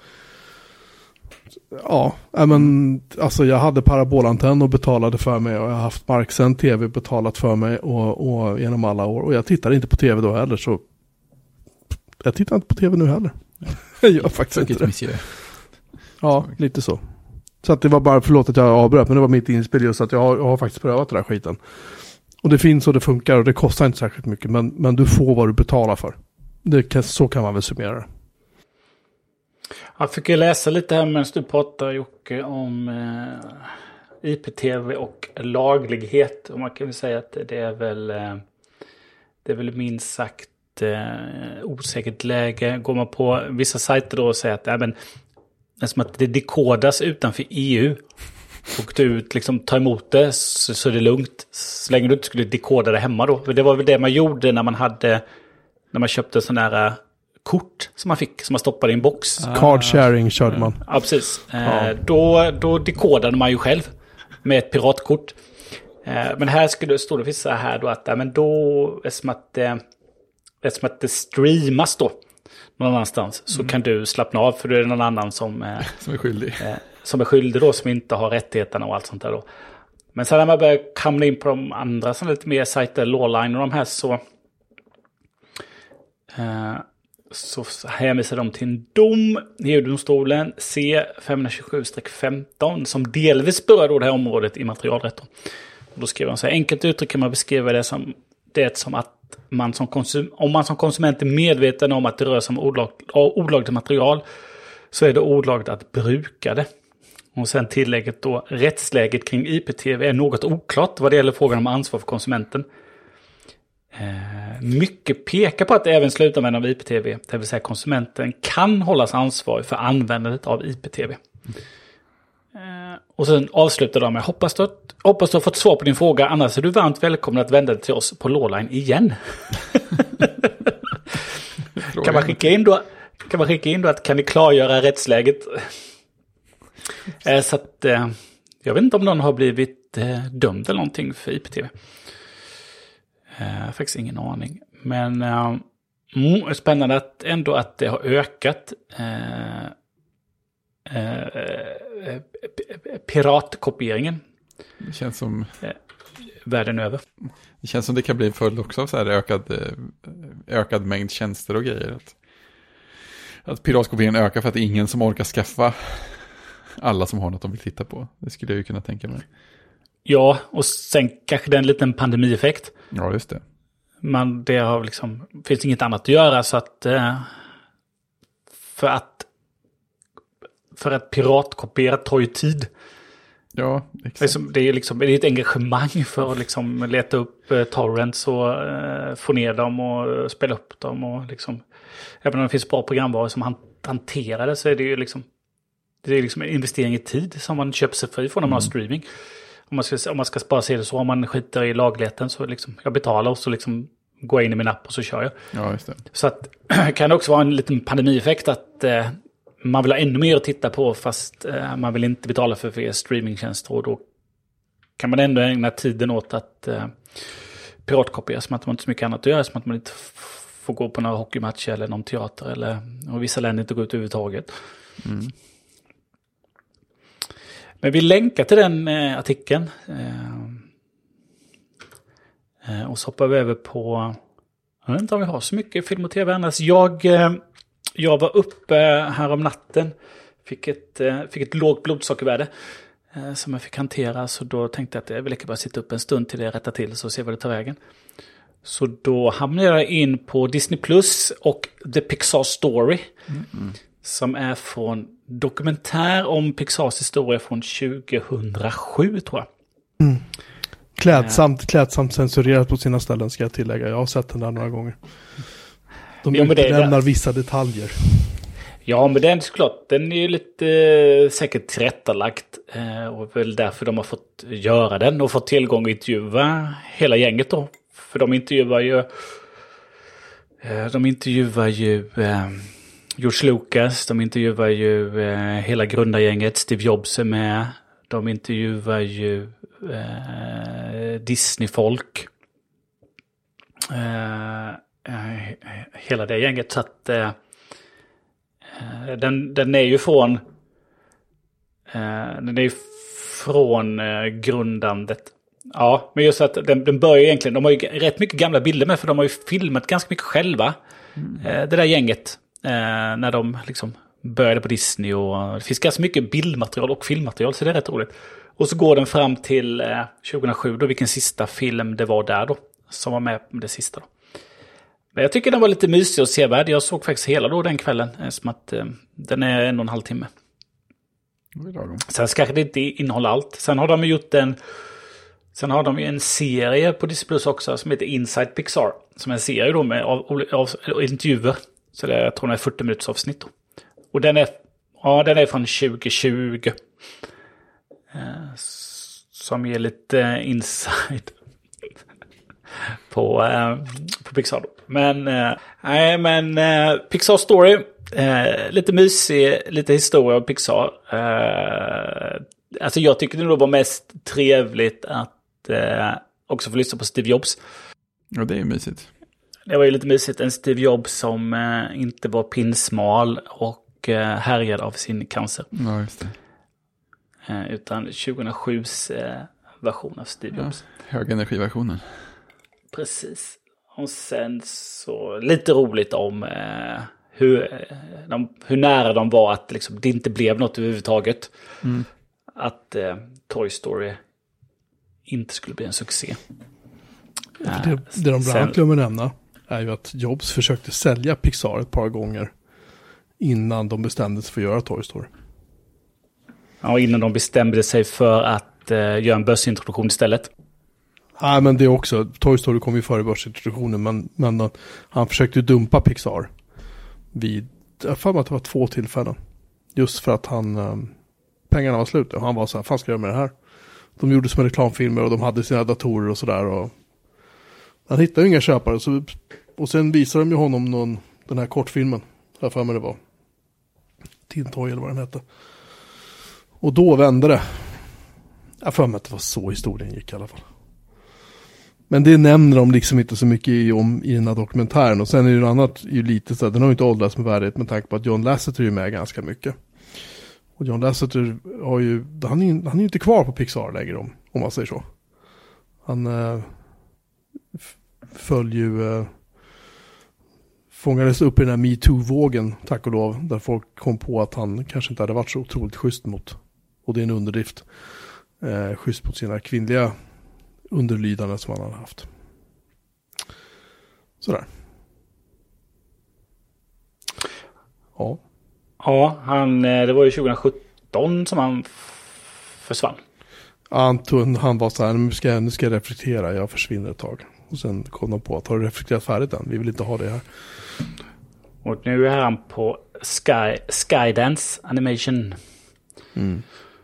S2: ja, men alltså jag hade parabolantenn och betalade för mig och jag har haft marksänd tv betalat för mig och, och genom alla år. Och jag tittar inte på tv då heller, så jag tittar inte på tv nu heller. Jag gör faktiskt inte det. Ja, lite så. Så att det var bara, förlåt att jag avbröt, men det var mitt inspel just att jag har, jag har faktiskt prövat den där skiten. Och det finns och det funkar och det kostar inte särskilt mycket, men, men du får vad du betalar för. Det kan, så kan man väl summera det.
S1: Jag fick ju läsa lite här medan du pratar, Jocke, om eh, I P T V och laglighet. Och man kan väl säga att det är väl, eh, det är väl minst sagt eh, osäkert läge. Går man på vissa sajter då och säger att, äh, men, det är som att det dekodas utanför E U. Och du liksom tar emot det så, så är det lugnt. Så länge du inte skulle dekoda det hemma då. För det var väl det man gjorde när man hade, när man köpte sån där kort som man fick, som man stoppade i en box.
S2: Ah. Card sharing körde man.
S1: Ja, precis. Ja. Eh, då, då dekodade man ju själv med ett piratkort. Eh, men här skulle det stå det vissa här då att, ja, men då är det som att, eh, det är som att det streamas då någon annanstans, så mm. kan du slappna av, för då är det någon annan som, eh,
S3: som är skyldig.
S1: Eh, som är skyldig då, som inte har rättigheterna och allt sånt där då. Men sen när man börjar kamna in på de andra som lite mer sajter, Lawline och de här, så eh, så hänvisar de till en dom i E U-domstolen C femhundratjugosju femton som delvis berör då det här området i materialrätt. Och då skriver de så här: enkelt uttryck kan man beskriva det som det som att man som konsum- om man som konsument är medveten om att det rör sig om olag- olagligt material, så är det olagligt att bruka det. Och sen tillägget då: rättsläget kring I P T V är något oklart vad det gäller frågan om ansvar för konsumenten. Eh, mycket pekar på att även slutanvändare av I P T V, det vill säga konsumenten, kan hållas ansvarig för användandet av I P T V. Eh, och sen avslutar de med: hoppas du, hoppas du har fått svar på din fråga, annars är du varmt välkommen att vända dig till oss på Lawline igen. kan man skicka in då kan man skicka in då att kan ni klargöra rättsläget? eh, så att eh, jag vet inte om någon har blivit eh, dömd eller någonting för I P T V. Jag har faktiskt ingen aning. Men äh, mm, spännande att ändå att det har ökat äh, äh, piratkopieringen.
S3: Det känns som
S1: äh, världen över.
S3: Det känns som det kan bli en följd också av så här ökad, ökad mängd tjänster och grejer. Att, att piratkopieringen ökar för att det är ingen som orkar skaffa alla som har något de vill titta på. Det skulle jag ju kunna tänka mig.
S1: Ja, och sen kanske det är en liten pandemieffekt.
S3: Ja, just det.
S1: Men det har liksom, finns inget annat att göra, så att eh, För att, för att piratkopiera tar ju tid.
S3: Ja,
S1: exakt. Det är, liksom, det är ett engagemang för att liksom leta upp eh, torrents och eh, få ner dem och spela upp dem. Och liksom, även om det finns bra programvaror som han, hanterar det, så är det ju liksom, det är liksom en investering i tid som man köper sig fri från när man har streaming. Om man ska, om man ska bara se det så, om man skiter i lagligheten så liksom, jag betalar och så liksom går jag in i min app och så kör jag.
S3: Ja, just det.
S1: Så att, kan det också vara en liten pandemieffekt att eh, man vill ha ännu mer att titta på fast eh, man vill inte betala för fler streamingtjänster, och då kan man ändå ägna tiden åt att eh, piratkopiera, som att man inte har så mycket annat att göra, som att man inte f- får gå på några hockeymatcher eller någon teater, eller och vissa länder inte går ut överhuvudtaget. Mm. Men vi länkar till den eh, artikeln. Eh, eh, och så hoppar vi över på... Jag vet inte om vi har så mycket film och tv annars. Jag, eh, jag var uppe här om natten. Fick ett, eh, fick ett lågt blodsockervärde eh, som jag fick hantera. Så då tänkte jag att jag vill bara sitta upp en stund till det rätta till så se vad det tar vägen. Så då hamnade jag in på Disney Plus och The Pixar Story. Mm-hmm. Som är från dokumentär om Pixars historia från tjugohundrasju, tror jag. Mm.
S2: Klädsamt, klädsamt censurerat på sina ställen, ska jag tillägga. Jag har sett den där några gånger. De
S1: ja,
S2: utelämnar vissa detaljer.
S1: Ja, men den såklart, den är ju lite eh, säkert tillrättalagt. Eh, och väl därför de har fått göra den och fått tillgång att intervjua hela gänget då. För de intervjuar ju... Eh, de intervjuar ju... Eh, George Lucas, de intervjuar ju eh, hela grundargänget, Steve Jobs är med, de intervjuar ju eh, Disney-folk, eh, eh, hela det gänget, så att eh, den, den är ju från eh, den är ju från eh, grundandet. Ja, men just att den, den börjar egentligen, de har ju rätt mycket gamla bilder med, för de har ju filmat ganska mycket själva, mm. eh, det där gänget. Eh, när de liksom började på Disney, och det finns ganska mycket bildmaterial och filmmaterial, så det är rätt roligt. Och så går den fram till eh, tjugohundrasju då, vilken sista film det var där då, som var med med det sista då. Men jag tycker den var lite mysig och sevärd. Jag såg faktiskt hela då den kvällen, eh, som att eh, den är en och en halv timme. Sen ska det inte innehålla allt. Sen har de gjort en Sen har de ju en serie på Disney Plus också som heter Inside Pixar, som är en serie då med av, av, av intervjuer. Så det är, jag tror det är fyrtio minuters avsnitt då. Och den är, ja, den är från tjugohundratjugo. Eh, som ger lite eh, inside på, eh, på Pixar då. Men, eh, nej, men eh, Pixar Story, eh, lite mysig, lite historia av Pixar. Eh, alltså jag tycker det nog var mest trevligt att eh, också få lyssna på Steve Jobs.
S3: Ja, det är mysigt.
S1: Det var ju lite mysigt. En Steve Jobs som eh, inte var pinsmal och eh, härjad av sin cancer.
S3: Ja, just det.
S1: Eh, utan tjugohundrasjus eh, version av Steve Jobs.
S3: Ja, högenergiversionen.
S1: Precis. Och sen så lite roligt om eh, hur, eh, de, hur nära de var att liksom, det inte blev något överhuvudtaget. Mm. Att eh, Toy Story inte skulle bli en succé.
S2: Ja, det, det de bland annat glömmer nämna är ju att Jobs försökte sälja Pixar ett par gånger innan de bestämde sig för att göra Toy Story.
S1: Ja, innan de bestämde sig för att eh, göra en börsintroduktion istället.
S2: Nej, men det också. Toy Story kom ju före börsintroduktionen, men, men han försökte dumpa Pixar vid, jag får mig att det var två tillfällen. Just för att han, um, pengarna var slut och han var så här, fan ska jag göra med det här? De gjorde som reklamfilmer och de hade sina datorer och sådär, och han hittade ju inga köpare, så, och sen visade de ju honom någon, den här kortfilmen, där för mig det var Tintoy eller vad den hette. Och då vände det. Jag för mig att det var så historien gick i alla fall. Men det nämner de liksom inte så mycket i, om, i den här dokumentären. Och sen är det ju annat ju lite så att den har ju inte åldrats med värdighet med tanke på att John Lasseter är med ganska mycket. Och John Lasseter har ju, han är ju, han är ju inte kvar på Pixar längre, om, om man säger så. Han äh, f- föll ju, äh, fångades upp i den här MeToo-vågen, tack och lov, där folk kom på att han kanske inte hade varit så otroligt schysst mot, och det är en underdrift, äh, schysst mot sina kvinnliga underlydande som han hade haft. Sådär. Ja.
S1: Ja, han, det var ju tjugohundrasjutton som han f- försvann.
S2: Anton, han var så här, nu ska, jag, nu ska jag reflektera, jag försvinner ett tag. Och sen kom de på att har du reflekterat färdigt än? Vi vill inte ha det här.
S1: Och nu är han på Sky, Skydance Animation.
S2: Mm.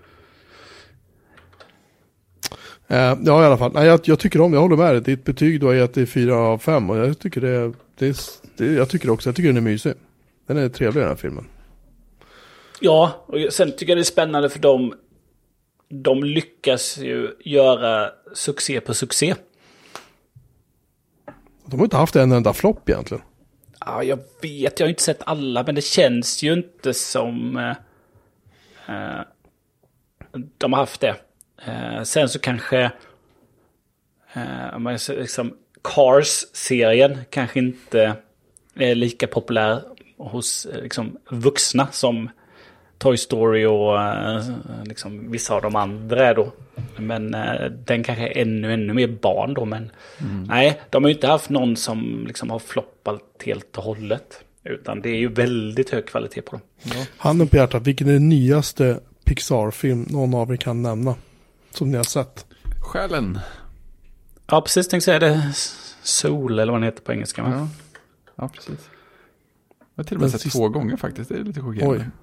S2: Uh, ja, i alla fall. Nej, jag, jag tycker om, jag håller med dig. Ditt betyg då är att det är fyra av fem. Och jag tycker det, det, det jag tycker också, jag tycker den är mysig. Den är trevlig, den här filmen.
S1: Ja, och sen tycker jag det är spännande för dem. De lyckas ju göra succé på succé.
S2: De har inte haft en enda flopp egentligen.
S1: Ja, jag vet, jag har inte sett alla, men det känns ju inte som eh, de har haft det. Eh, sen så kanske eh, man liksom, Cars-serien kanske inte är lika populär hos liksom, vuxna som Toy Story och eh, liksom, vissa av de andra då. Men eh, den kanske är ännu, ännu mer barn då. Men mm. nej, de har ju inte haft någon som liksom har floppat helt och hållet. Utan det är ju väldigt hög kvalitet på dem. Ja.
S2: Handen på hjärtat, vilken är den nyaste Pixar-film någon av er kan nämna? Som ni har sett.
S3: Själen.
S1: Ja, precis. Tänkte säga det. Soul eller vad den heter på engelska.
S3: Ja, ja precis. Jag har till och med den sett sista... två gånger faktiskt. Det är lite chockerande. Oj.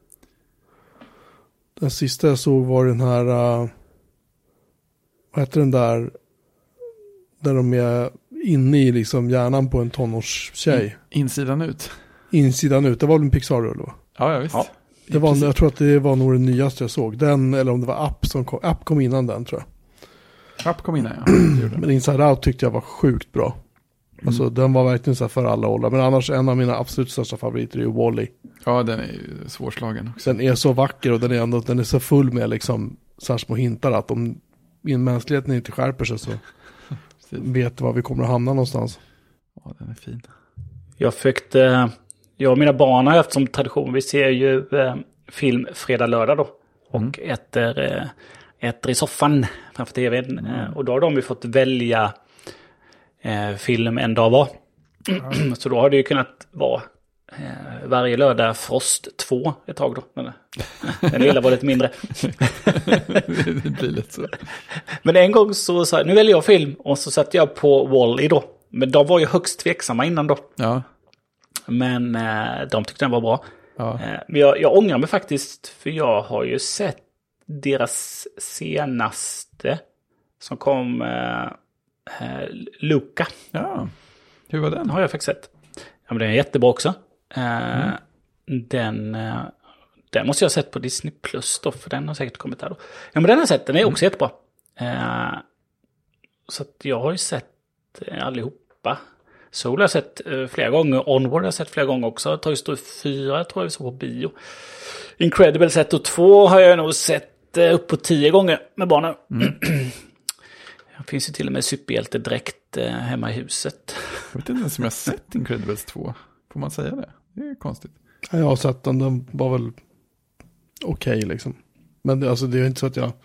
S3: Den sista jag såg var den här... Uh, vad heter den där... Där de är inne i liksom hjärnan på en tonårstjej. Insidan ut. Insidan ut. Det var väl en Pixar-rulle va? Ja, ja visst. Ja. Det var, jag tror att det var nog den nyaste jag såg. Den, eller om det var App som kom. App kom innan den tror jag. App kom innan, ja. Men Inside Out tyckte jag var sjukt bra. Mm. Alltså den var verkligen så här för alla åldrar. Men annars en av mina absolut största favoriter är ju Wall-E. Ja, den är ju svårslagen också. Den är så vacker och den är ändå den är så full med liksom så här små hintar att om mänskligheten inte skärper sig så vet var vi kommer att hamna någonstans. Ja, den är fin. Jag fick eh, jag och mina barn har haft som tradition. Vi ser ju eh, film fredag, lördag då. Och mm. äter, eh, äter i soffan framför tvn. Mm. Eh, och då har de ju fått välja eh, film en dag var. Mm. Så då har det ju kunnat vara eh, varje lördag Frost två ett tag då. Men, den lilla var lite mindre. Det blir lite så. Men en gång så sa jag, nu väljer jag film. Och så satte jag på Wall-E då. Men de var ju högst tveksamma innan då. Ja. Men eh, de tyckte den var bra. Ja. Eh, men jag, jag ångrar mig faktiskt. För jag har ju sett deras senaste. Som kom eh, eh, Luca. Ja. Hur var den? Har jag faktiskt sett. Ja, men den är jättebra också. Eh, mm. Den... Eh, Den måste jag ha sett på Disney Plus då, för den har säkert kommit där då. Ja, men den har jag sett, den är också mm. jättebra. Eh, så att jag har ju sett eh, allihopa. Soul har jag sett eh, flera gånger, Onward har jag sett flera gånger också. Toy Story fyra tror jag vi såg på bio. Incredibles ett och två har jag nog sett eh, upp på tio gånger med barnen. Mm. Det finns ju till och med superhjältedräkt eh, hemma i huset. Jag vet inte ens om jag har sett Incredibles två. Får man säga det? Det är konstigt. Jag har sett den, den var väl okej okay, liksom. Men det, alltså, det är inte så att jag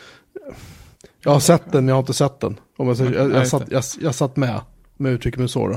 S3: jag har sett den, jag har inte sett den. Om jag, säger, jag, jag, satt, jag, jag satt med med uttrycket med så då.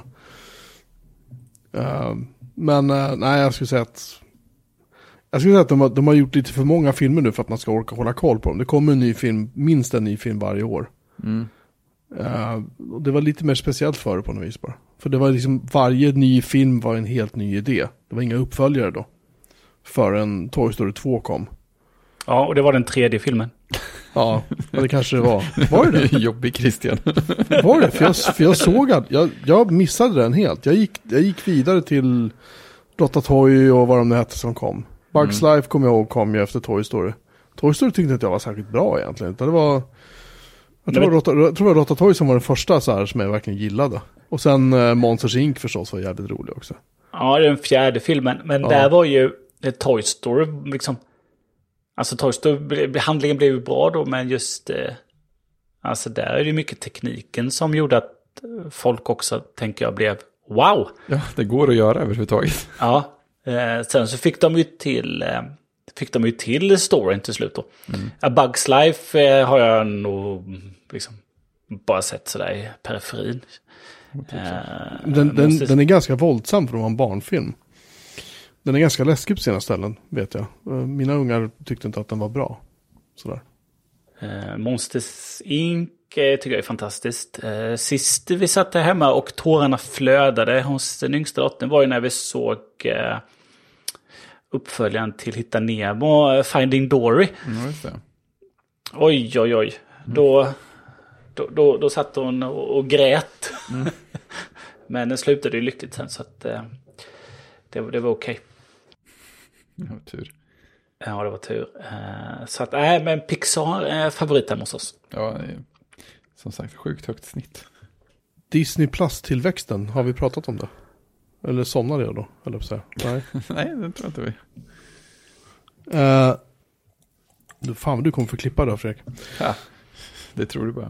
S3: Uh, men uh, nej, jag skulle säga att jag skulle säga att de har, de har gjort lite för många filmer nu för att man ska orka hålla koll på dem. Det kommer en ny film, minst en ny film varje år. Mm. Uh, och det var lite mer speciellt för det på något vis bara. För det var liksom, varje ny film var en helt ny idé. Det var inga uppföljare då. Förrän Toy Story två kom. Ja, och det var den tredje filmen. Ja, det kanske det var. Var det det? Jobbig Christian. Var det? För jag, för jag såg att, jag, jag missade den helt. Jag gick, jag gick vidare till Ratatouille och vad de nu hette som kom. Bugs mm. Life kom jag ihåg kom ju efter Toy Story. Toy Story tyckte inte jag var särskilt bra egentligen. Det var... Jag tror, men... Rota, jag tror det var Ratatouille som var den första så här, som jag verkligen gillade. Och sen uh, Monsters Incorporated förstås var jävligt rolig också. Ja, det är den fjärde filmen. Men ja. Där var ju Toy Story liksom... Alltså Toy Story, handlingen blev ju bra då, men just... Eh, alltså där är det mycket tekniken som gjorde att folk också, tänker jag, blev wow! Ja, det går att göra överhuvudtaget. Ja, eh, sen så fick de ju till... Eh, fick de ju till storyn till slut då. Mm. A Bugs Life eh, har jag nog liksom bara sett sådär i periferin. Eh,
S2: den, den, måste... den är ganska våldsam för att vara en barnfilm. Den är ganska läskig på sina ställen, vet jag. Mina ungar tyckte inte att den var bra. Sådär.
S1: Uh, Monsters Incorporated tycker jag är fantastiskt. Uh, sist vi satt där hemma och tårarna flödade hos den yngsta dottern var ju när vi såg uh, uppföljaren till Hitta Nemo, uh, Finding Dory.
S3: Mm, just det.
S1: Oj, oj, oj. Mm. Då, då, då, då satt hon och, och grät. Mm. Men den slutade ju lyckligt sen så att uh, det, det var okej. Okay.
S3: Det var tur.
S1: Ja, det var tur. Uh, så att, nej, äh, men Pixar är favoriten hos oss.
S3: Ja, som sagt, sjukt högt snitt.
S2: Disney Plus-tillväxten, har vi pratat om det? Eller somnade jag då? Eller så? Nej.
S3: Nej, det tror jag inte vi.
S2: Uh, fan, du kommer få klippa då, Fredrik.
S3: Ja, det tror du bara.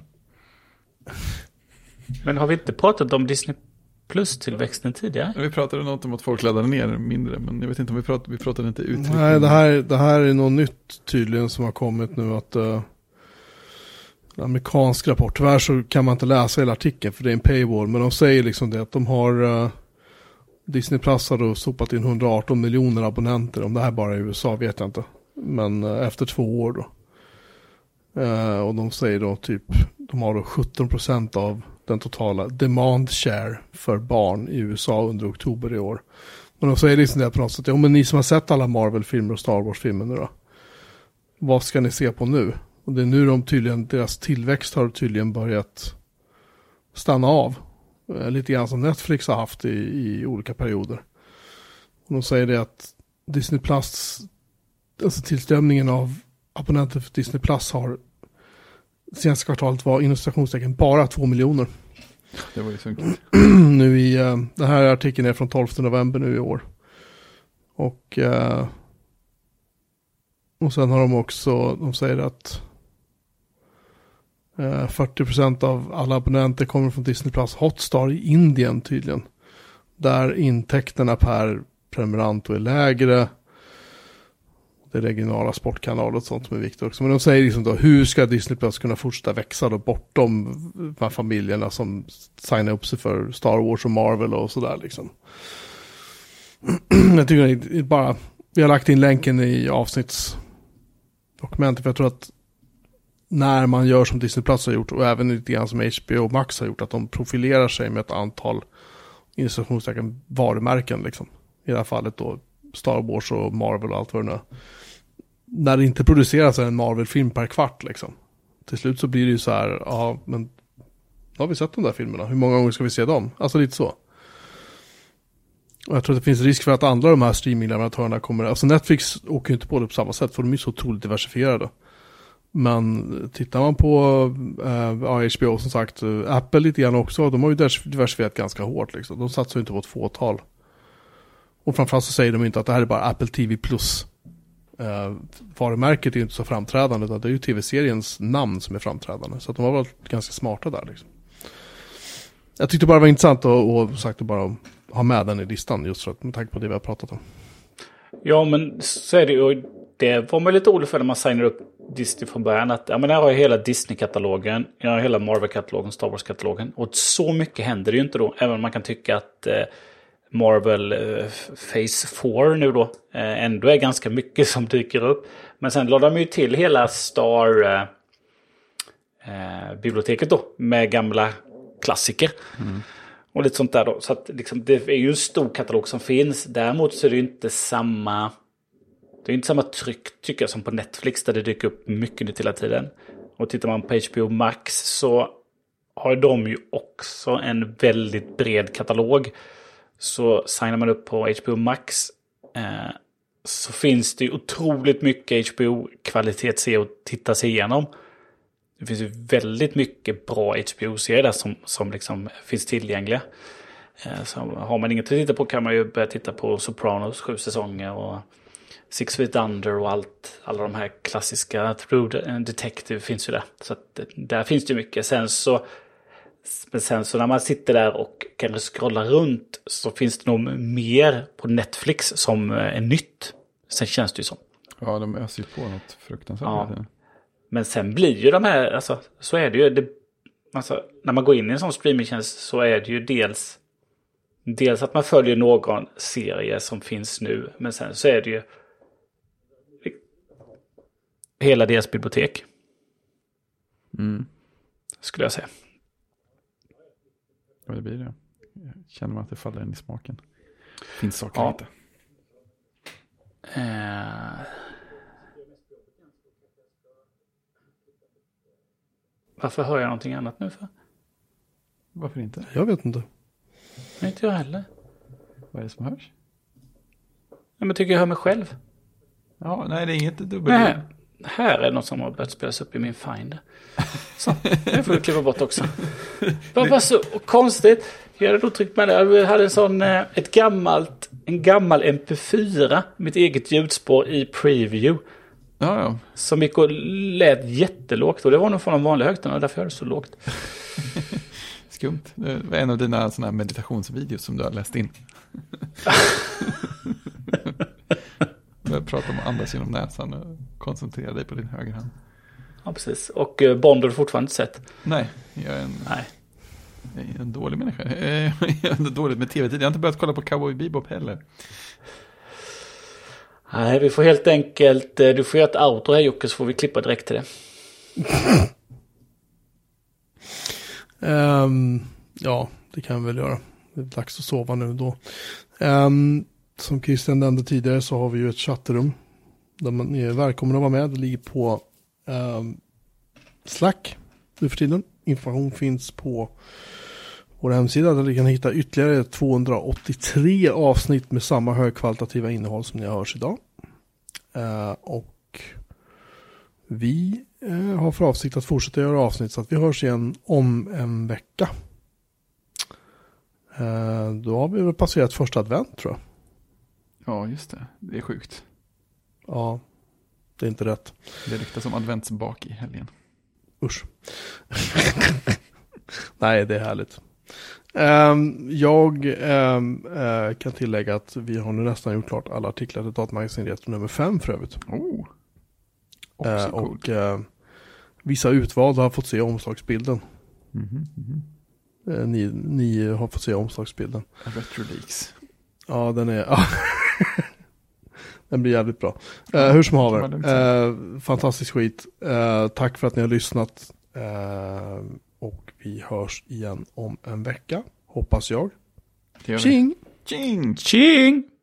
S1: Men har vi inte pratat om Disney Plus-tillväxten tidigare?
S3: Vi pratade något om att folk laddade ner mindre, men jag vet inte om vi pratade, vi pratade inte ut.
S2: Nej, det här, det här är något nytt tydligen som har kommit nu att uh, en amerikansk rapport, tyvärr så kan man inte läsa hela artikeln för det är en paywall, men de säger liksom det att de har uh, Disney Plus har då sopat in hundraarton miljoner abonnenter, om det här bara är i U S A vet jag inte, men uh, efter två år då. Uh, och de säger då typ, de har då sjutton procent av den totala demand share för barn i U S A under oktober i år. Men de säger liksom det på något sätt, ja men ni som har sett alla Marvel-filmer och Star Wars-filmer nu då, vad ska ni se på nu? Och det är nu de tydligen, deras tillväxt har tydligen börjat stanna av. Eh, lite grann som Netflix har haft i, i olika perioder. Och de säger det att Disney Plus, alltså tillströmningen av abonnenter för Disney Plus har senaste kvartalet var inom stationstecken bara två miljoner.
S3: Det var ju sunkigt.
S2: Nu i, uh, den här artikeln är från tolfte november nu i år. Och uh, och sen har de också, de säger att uh, fyrtio procent av alla abonnenter kommer från Disney Plus Hotstar i Indien tydligen. Där intäkterna per prenumerant är lägre. Det regionala sportkanaler och sånt som är viktigt också. Men de säger liksom då, hur ska Disney Plus kunna fortsätta växa då bortom de här familjerna som signar upp sig för Star Wars och Marvel och sådär liksom. Jag tycker det är bara, vi har lagt in länken i avsnittsdokumentet för jag tror att när man gör som Disney Plus har gjort och även lite grann som H B O Max har gjort, att de profilerar sig med ett antal institutionstecken varumärken liksom. I det här fallet då Star Wars och Marvel och allt vad det nu är. När det inte produceras en Marvel-film per kvart liksom. Till slut så blir det ju så här, ja men då har vi sett de där filmerna. Hur många gånger ska vi se dem? Alltså lite så. Och jag tror att det finns risk för att andra av de här streamingleverantörerna kommer, alltså Netflix åker ju inte på det på samma sätt för de är så otroligt diversifierade. Men tittar man på äh, H B O som sagt, Apple lite grann också, de har ju diversifierat ganska hårt liksom. De satsar ju inte på ett fåtal. Och framförallt så säger de inte att det här är bara Apple T V Plus. Uh, varumärket är ju inte så framträdande utan det är ju tv-seriens namn som är framträdande. Så att de har varit ganska smarta där liksom. Jag tyckte bara det var intressant att, och sagt att bara ha med den i listan just för att med tanke på det vi har pratat om.
S1: Ja men så är det ju, det var man lite orolig för när man signar upp Disney från början att ja men här har jag hela Disney-katalogen, jag har hela Marvel-katalogen, Star Wars-katalogen och så mycket händer det ju inte då, även om man kan tycka att eh, Marvel uh, Phase fyra nu då uh, ändå är ganska mycket som dyker upp. Men sen lade de ju till hela Star uh, uh, biblioteket då med gamla klassiker. Mm. Och lite sånt där då. Så att liksom, det är ju en stor katalog som finns. Däremot så är det ju inte samma det är inte samma tryck tycker jag som på Netflix där det dyker upp mycket nytt hela tiden. Och tittar man på H B O Max så har de ju också en väldigt bred katalog. Så signar man upp på H B O Max eh, så finns det ju otroligt mycket H B O-kvalitetsserie att titta sig igenom. Det finns ju väldigt mycket bra H B O-serier där som, som liksom finns tillgängliga. Eh, så har man inget att titta på kan man ju börja titta på Sopranos sju säsonger och Six Feet Under och allt. Alla de här klassiska True Detective finns ju där. Så att, där finns det ju mycket. Sen så Men sen så när man sitter där och kan scrolla runt så finns det nog mer på Netflix som är nytt. Sen känns det ju som.
S3: Ja, de öser ju på något fruktansvärt.
S1: Ja. Men sen blir ju de här, alltså så är det ju. Det, alltså, när man går in i en sån streamingtjänst så är det ju dels dels att man följer någon serie som finns nu. Men sen så är det ju hela deras bibliotek.
S3: Mm.
S1: Skulle jag säga.
S3: Ja, det blir det. Jag känner man att det faller in i smaken. Finns saker
S1: Ja.
S3: inte.
S1: Eh... Varför hör jag någonting annat nu för?
S3: Varför inte?
S2: Jag vet inte.
S1: Nej, inte jag heller.
S3: Vad är det som hörs?
S1: Nej, men tycker jag hör mig själv.
S3: Ja, nej, det är inget dubbelt.
S1: Nej, här är något som har börjat spelas upp i min Finder. Så, det får du kliva bort också. Vad var så konstigt. Jag hade då tryckt med det. Jag hade en sån, ett gammalt, en gammal M P fyra, mitt eget ljudspår i preview.
S3: Ja, ja.
S1: Som gick och lät jättelågt. Och det var nog från de vanliga högtalarna, därför jag det så lågt.
S3: Skumt. Det var en av dina såna här meditationsvideos som du har läst in. Jag pratar om att andas genom näsan och koncentrera dig på din högra hand.
S1: Ja, precis. Och uh, Bond har du fortfarande inte sett.
S3: Nej, jag är en,
S1: Nej.
S3: jag är en dålig människa. Jag är dåligt med tv-tid. Jag har inte börjat kolla på Cowboy Bebop heller.
S1: Nej, vi får helt enkelt... Du får göra ett outro här, Jocke, så får vi klippa direkt till det.
S2: um, ja, det kan vi väl göra. Det är dags att sova nu då. Um, som Christian nämnde tidigare så har vi ju ett chattrum där man är välkommen att vara med. Det ligger på um, Slack nu för tiden. Information finns på vår hemsida där ni kan hitta ytterligare tvåhundraåttiotre avsnitt med samma högkvalitativa innehåll som ni har hört idag. Uh, och vi uh, har för avsikt att fortsätta göra avsnitt så att vi hörs igen om en vecka. Uh, då har vi väl passerat första advent, tror jag.
S3: Ja, just det. Det är sjukt.
S2: Ja, det är inte rätt.
S3: Det ryktas som adventsbak i helgen.
S2: Usch. Nej, det är härligt. Um, jag um, uh, kan tillägga att vi har nu nästan gjort klart alla artiklar till Datamagasin Retro nummer fem för övrigt.
S3: Oh. Också
S2: Uh,
S3: coolt.
S2: och uh, vissa utvalda har fått se omslagsbilden.
S3: Mm-hmm, mm-hmm.
S2: Uh, ni, ni har fått se omslagsbilden.
S3: Retro Leaks.
S2: Ja, den är... den blir jävligt bra. Uh, hur som haver. Uh, fantastisk skit. Uh, tack för att ni har lyssnat. Uh, och vi hörs igen om en vecka. Hoppas jag.
S3: Det gör vi.
S2: Tjing!
S3: Tjing!
S1: Tjing!